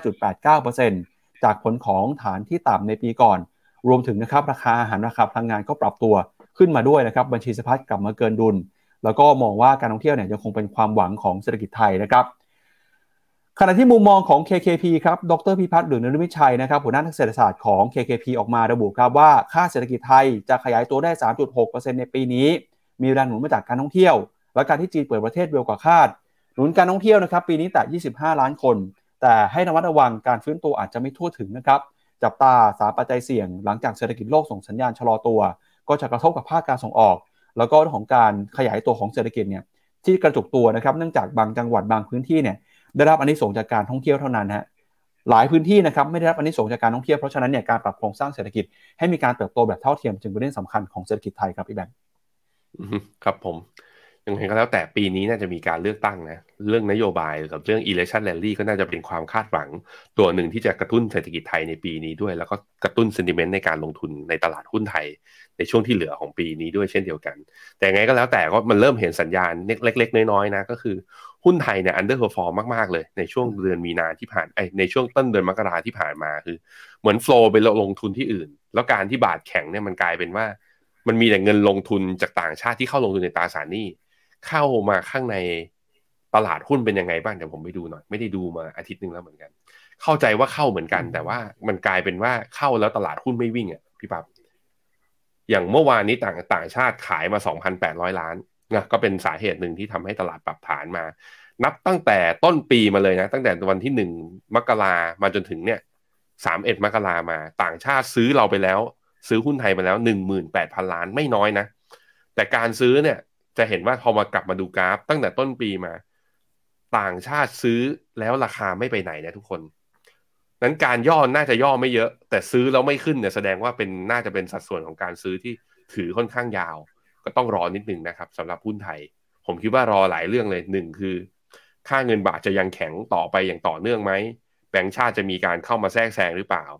5.89% จากผลของฐานที่ต่ำในปีก่อนรวมถึงนะครับราคาอาหารราคาพลังงานก็ปรับตัวขึ้นมาด้วยนะครับบัญชีสะพัดกลับมาเกินดุลแล้วก็มองว่าการท่องเที่ยวเนี่ยยังคงเป็นความหวังของเศรษฐกิจไทยนะครับขณะที่มุมมองของ KKP ครับดร.พิพัฒน์ หรือนฤมิตชัยนะครับหัวหน้านักเศรษฐศาสตร์ของ KKP ออกมาระบุครับว่าค่าเศรษฐกิจไทยจะขยายตัวได้ 3.6% ในปีนี้มีแรงหนุนมาจากการท่องเที่ยวและการที่จีนเปิดประเทศเร็วกว่าคาดหนุนการท่องเที่ยวนะครับปีนี้แต่25 ล้านคนแต่ให้ระมัดระวังการฟื้นตัวอาจจะไม่ทั่วถึงนะครับจับตา3ปัจจัยเสี่ยงหลังจากเศรษฐกิจโลกส่งสัญญาณชะลอตัวก็จะกระทบกับภาคการส่งออกแล้วก็เรื่องของการขยายตัวของเศรษฐกิจเนี่ยที่กระจุกตัวนะครับเนื่องจากบางจังหวัดบางพื้นที่เนี่ยได้รับอานิสงส์จากการท่องเที่ยวเท่านั้นฮะหลายพื้นที่นะครับไม่ได้รับอานิสงส์จากการท่องเที่ยวเพราะฉะนั้นเนี่ยการปรับโครงสร้างเศรษฐกิจให้มีการเติบโตแบบเท่าเทียมจึงเป็นเรื่องสำคัญของเศรษฐกิจไทยครับพี่แบงค์ครับผมยังไงก็แล้วแต่ปีนี้น่าจะมีการเลือกตั้งนะเรื่องนโยบายกับเรื่อง election rally ก็น่าจะเป็นความคาดหวังตัวหนึ่งที่จะกระตุ้นเศรษฐกิจไทยในปีนี้ด้วยแล้วก็กระตุ้น sentiment ในการลงทุนในตลาดหุ้นไทยในช่วงที่เหลือของปีนี้ด้วยเช่นเดียวกันแต่ไงก็แล้วแต่ก็มันเริ่มเห็นสัญญาณเล็กๆน้อยๆนะก็คือหุ้นไทยเนี่ย underperform มากๆเลยในช่วงเดือนมีนาที่ผ่านในช่วงต้นเดือนมกราที่ผ่านมาคือเหมือน flow ไปลงทุนที่อื่นแล้วการที่บาทแข็งเนี่ยมันกลายเป็นว่ามันมีแต่เงินลงทุนจากต่างชาติที่เข้าลงทุนในตราสารหนี้เข้ามาข้างในตลาดหุ้นเป็นยังไงบ้างเดี๋ยวผมไปดูหน่อยไม่ได้ดูมาอาทิตย์นึงแล้วเหมือนกันเข้าใจว่าเข้าเหมือนกันแต่ว่ามันกลายเป็นว่าเข้าแล้วตลาดหุ้นไม่วิ่งอ่ะพี่ปั๊บอย่างเมื่อวานนี้ต่างชาติขายมา 2,800 ล้านนะก็เป็นสาเหตุหนึ่งที่ทำให้ตลาดปรับฐานมานับตั้งแต่ต้นปีมาเลยนะตั้งแต่วันที่1 มกรามาจนถึงเนี่ย31 มกรามาต่างชาติซื้อเราไปแล้วซื้อหุ้นไทยมาแล้ว 18,000 ล้านไม่น้อยนะแต่การซื้อเนี่ยจะเห็นว่าพอมากลับมาดูกราฟตั้งแต่ต้นปีมาต่างชาติซื้อแล้วราคาไม่ไปไหนนะทุกคนนั้นการย่อน่าจะย่อไม่เยอะแต่ซื้อแล้วไม่ขึ้นเนี่ยแสดงว่าน่าจะเป็นสัดส่วนของการซื้อที่ถือค่อนข้างยาวก็ต้องรอนิดนึงนะครับสำหรับหุ้นไทยผมคิดว่ารอหลายเรื่องเลย1คือค่าเงินบาทจะยังแข็งต่อไปอย่างต่อเนื่องไหมแบงก์ชาติจะมีการเข้ามาแทรกแซงหรือเปล่า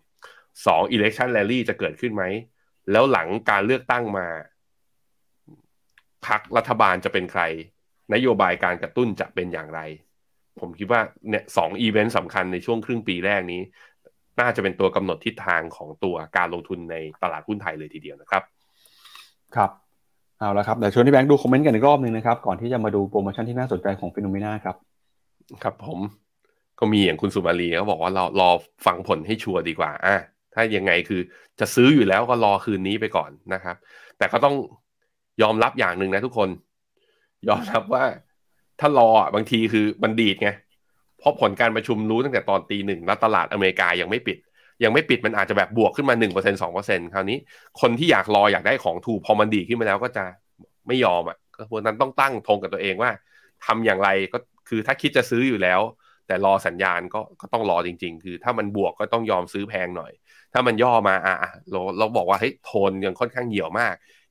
2 election rally จะเกิดขึ้นไหมแล้วหลังการเลือกตั้งมาพรรครัฐบาลจะเป็นใครนโยบายการกระตุ้นจะเป็นอย่างไรผมคิดว่าเนี่ย2อีเวนต์สำคัญในช่วงครึ่งปีแรกนี้น่าจะเป็นตัวกำหนดทิศทางของตัวการลงทุนในตลาดหุ้นไทยเลยทีเดียวนะครับครับเอาละครับเดี๋ยวชวนที่แบงค์ดูคอมเมนต์กันอีกรอบนึงนะครับก่อนที่จะมาดูโปรโมชั่นที่น่าสนใจของฟิโนเมนาครับครับผมก็มีอย่างคุณสุมาลีเขาบอกว่าเรารอฟังผลให้ชัวร์ดีกว่าถ้ายังไงคือจะซื้ออยู่แล้วก็รอคืนนี้ไปก่อนนะครับแต่ก็ต้องยอมรับอย่างหนึ่งนะทุกคนยอมรับว่าถ้ารอบางทีคือมันดีดไงเพราะผลการประชุมรู้ตั้งแต่ตอนตี 1แล้วตลาดอเมริกายังไม่ปิดมันอาจจะแบบบวกขึ้นมา 1% 2% คราวนี้คนที่อยากรออยากได้ของถูกพอมันดีขึ้นมาแล้วก็จะไม่ยอมก็เพราะนั้นต้องตั้งธงกับตัวเองว่าทำอย่างไรก็คือถ้าคิดจะซื้ออยู่แล้วแต่รอสัญญาณก็ต้องรอจริงๆคือถ้ามันบวกก็ต้องยอมซื้อแพงหน่อยถ้ามันย่อมาเราบอกว่าเฮ้ยโทนยังค่อนข้างเหี่ยวมาก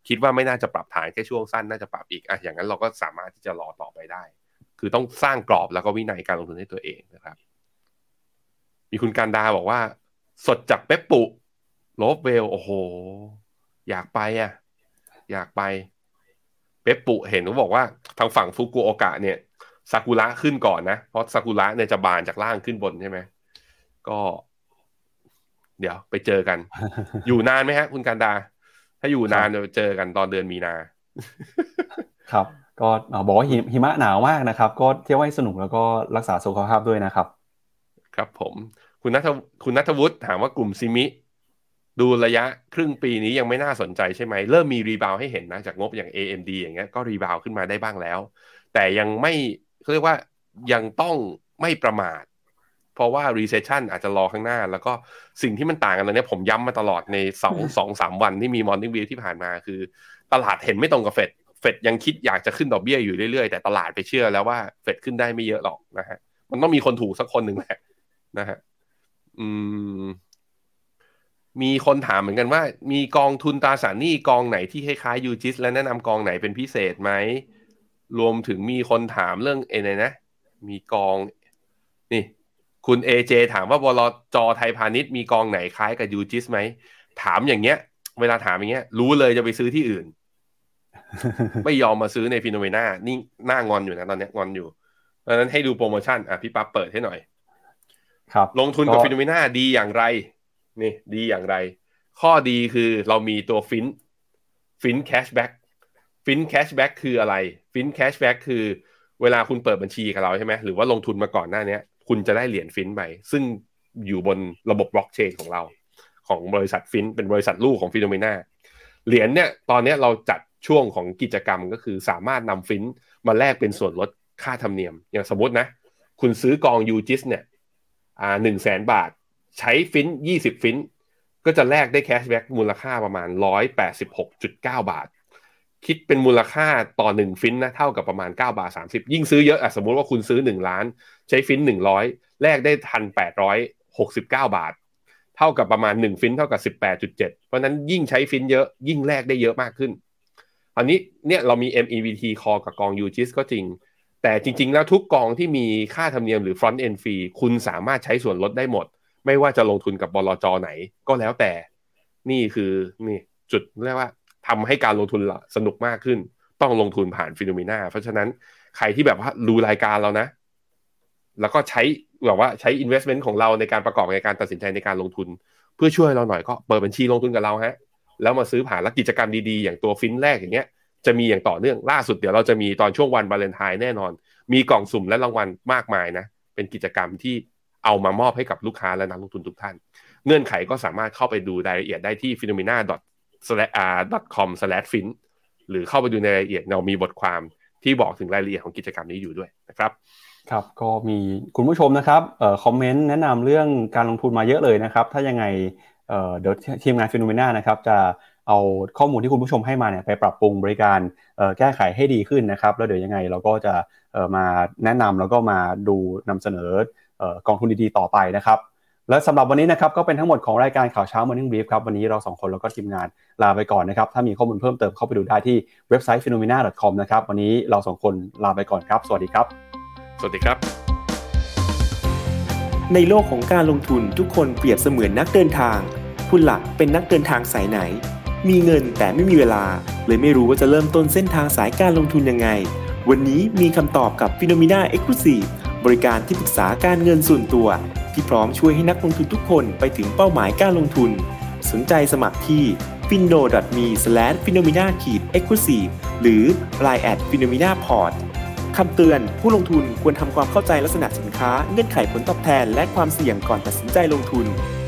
คิดว่าไม่น่าจะปรับฐานแค่ช่วงสั้นน่าจะปรับอีกอย่างนั้นเราก็สามารถที่จะรอต่อไปได้คือต้องสร้างกรอบแล้วก็วินัยการลงทุนให้ตัวเองนะครับมีคุณการดาบอกว่าสดจากเป๊ปปุโลฟเวลโอ้โหอยากไปอยากไปเป๊ปปุเห็นเขาบอกว่าทางฝั่งฟุกุโอกะเนี่ยซากุระขึ้นก่อนนะเพราะซากุระเนี่ยจะบานจากล่างขึ้นบนใช่ไหมก็เดี๋ยวไปเจอกัน อยู่นานไหมฮะคุณการดาถ้าอยู่นานเดี๋ยวเจอกันตอนเดือนมีนาครับก็บอกว่าหิมะหนาวมากนะครับก็เที่ยวให้สนุกแล้วก็รักษาสุขภาพด้วยนะครับครับผมคุณณัฐวุฒิถามว่ากลุ่มซิมิดูระยะครึ่งปีนี้ยังไม่น่าสนใจใช่ไหมเริ่มมีรีบาวให้เห็นนะจากงบอย่าง AMD อย่างเงี้ยก็รีบาวขึ้นมาได้บ้างแล้วแต่ยังไม่เขาเรียกว่ายังต้องไม่ประมาทเพราะว่า recession อาจจะรอข้างหน้าแล้วก็สิ่งที่มันต่างกันตอนนี้ผมย้ำมาตลอดใน2-3 วันที่มี Morning Brief ที่ผ่านมาคือตลาดเห็นไม่ตรงกับเฟดยังคิดอยากจะขึ้นดอกเบี้ยอยู่เรื่อยๆแต่ตลาดไปเชื่อแล้วว่าเฟดขึ้นได้ไม่เยอะหรอกนะฮะมันต้องมีคนถูกสักคนหนึ่งแหละนะฮะมีคนถามเหมือนกันว่ามีกองทุนตราสารหนี้กองไหนที่คล้ายๆยูจิสและแนะนำกองไหนเป็นพิเศษไหมรวมถึงมีคนถามเรื่องไหนนะมีกองนี่คุณ AJ ถามว่าบลจ.ไทยพาณิชย์มีกองไหนคล้ายกับยูจิสไหมถามอย่างเงี้ยเวลาถามอย่างเงี้ยรู้เลยจะไปซื้อที่อื่น ไม่ยอมมาซื้อในฟีโนเมนานี่หน้างอนอยู่นะตอนนี้งอนอยู่เพราะฉะนั้นให้ดูโปรโมชั่นพี่ปั๊บเปิดให้หน่อยครับลงทุนกับฟีโนเมนาดีอย่างไรนี่ดีอย่างไรข้อดีคือเรามีตัวฟินแคชแบ็กคืออะไรฟินแคชแบ็กคือเวลาคุณเปิดบัญชีกับเราใช่ไหมหรือว่าลงทุนมาก่อนหน้านี้คุณจะได้เหรียญฟินไปซึ่งอยู่บนระบบบล็อกเชนของเราของบริษัทฟินเป็นบริษัทลูกของฟีโนเมนาเหรียญเนี่ยตอนนี้เราจัดช่วงของกิจกรรมก็คือสามารถนำฟินมาแลกเป็นส่วนลดค่าธรรมเนียมอย่างสมมตินะคุณซื้อกองยูจิสเนี่ย100,000 บาทใช้ฟิน20ฟินก็จะแลกได้แคชแบ็กมูลค่าประมาณ 186.9 บาทคิดเป็นมูลค่าต่อ1ฟินนะเท่ากับประมาณ9.30 บาทยิ่งซื้อเยอะสมมุติว่าคุณซื้อ1ล้านใช้ฟิน100แลกได้ 1,869 บาทเท่ากับประมาณ1ฟินเท่ากับ 18.7 เพราะนั้นยิ่งใช้ฟินเยอะยิ่งแลกได้เยอะมากขึ้นอันนี้เนี่ยเรามี MEVT call กับกอง UGIS ก็จริงแต่จริงๆแล้วทุกกองที่มีค่าธรรมเนียมหรือ front end fee คุณสามารถใช้ส่วนลดได้หมดไม่ว่าจะลงทุนกับบลจ.ไหนก็แล้วแต่นี่คือนี่จุดเรียกว่าทำให้การลงทุนสนุกมากขึ้นต้องลงทุนผ่านฟีโนเมนาเพราะฉะนั้นใครที่แบบว่าดูรายการเรานะแล้วก็ใช้แบบว่าใช้ investment ของเราในการประกอบในการตัดสินใจในการลงทุนเพื่อช่วยเราหน่อยก็เปิดบัญชีลงทุนกับเราฮะแล้วมาซื้อผ่านและกิจกรรมดีๆอย่างตัวฟินแรกอย่างเงี้ยจะมีอย่างต่อเนื่องล่าสุดเดี๋ยวเราจะมีตอนช่วงวันวาเลนไทน์แน่นอนมีกล่องสุ่มและรางวัลมากมายนะเป็นกิจกรรมที่เอามามอบให้กับลูกค้าและนักลงทุนทุกท่านเงื่อนไขก็สามารถเข้าไปดูรายละเอียดได้ที่ phenomena.com/fin หรือเข้าไปดูในรายละเอียดเรามีบทความที่บอกถึงรายละเอียดของกิจกรรมนี้อยู่ด้วยนะครับครับก็มีคุณผู้ชมนะครับคอมเมนต์แนะนำเรื่องการลงทุนมาเยอะเลยนะครับถ้ายังไงเดี๋ยวทีมงาน Phenomena นะครับจะเอาข้อมูลที่คุณผู้ชมให้มาเนี่ยไปปรับปรุงบริการแก้ไขให้ดีขึ้นนะครับแล้วเดี๋ยวยังไงเราก็จะมาแนะนำแล้วก็มาดูนำเสนอกองทุนดีๆต่อไปนะครับและสำหรับวันนี้นะครับก็เป็นทั้งหมดของรายการข่าวเช้า Morning Brief ครับวันนี้เรา2คนแล้วก็ทีมงานลาไปก่อนนะครับถ้ามีข้อมูลเพิ่มเติมเข้าไปดูได้ที่เว็บไซต์ phenomena.com นะครับวันนี้เรา2คนลาไปก่อนครับสวัสดีครับสวัสดีครับในโลกของการลงทุนทุกคนเปรียบเสมือนนักเดินทางคุณหลักเป็นนักเดินทางสายไหนมีเงินแต่ไม่มีเวลาเลยไม่รู้ว่าจะเริ่มต้นเส้นทางสายการลงทุนยังไงวันนี้มีคำตอบกับ Phenomena Exclusive บริการที่ปรึกษาการเงินส่วนตัวที่พร้อมช่วยให้นักลงทุนทุกคนไปถึงเป้าหมายการลงทุนสนใจสมัครที่ fino.me/phenomena-exclusive หรือ line@phenomenaport คำเตือนผู้ลงทุนควรทำความเข้าใจลักษณะสินค้าเงื่อนไขผลตอบแทนและความเสี่ยงก่อนตัดสินใจลงทุน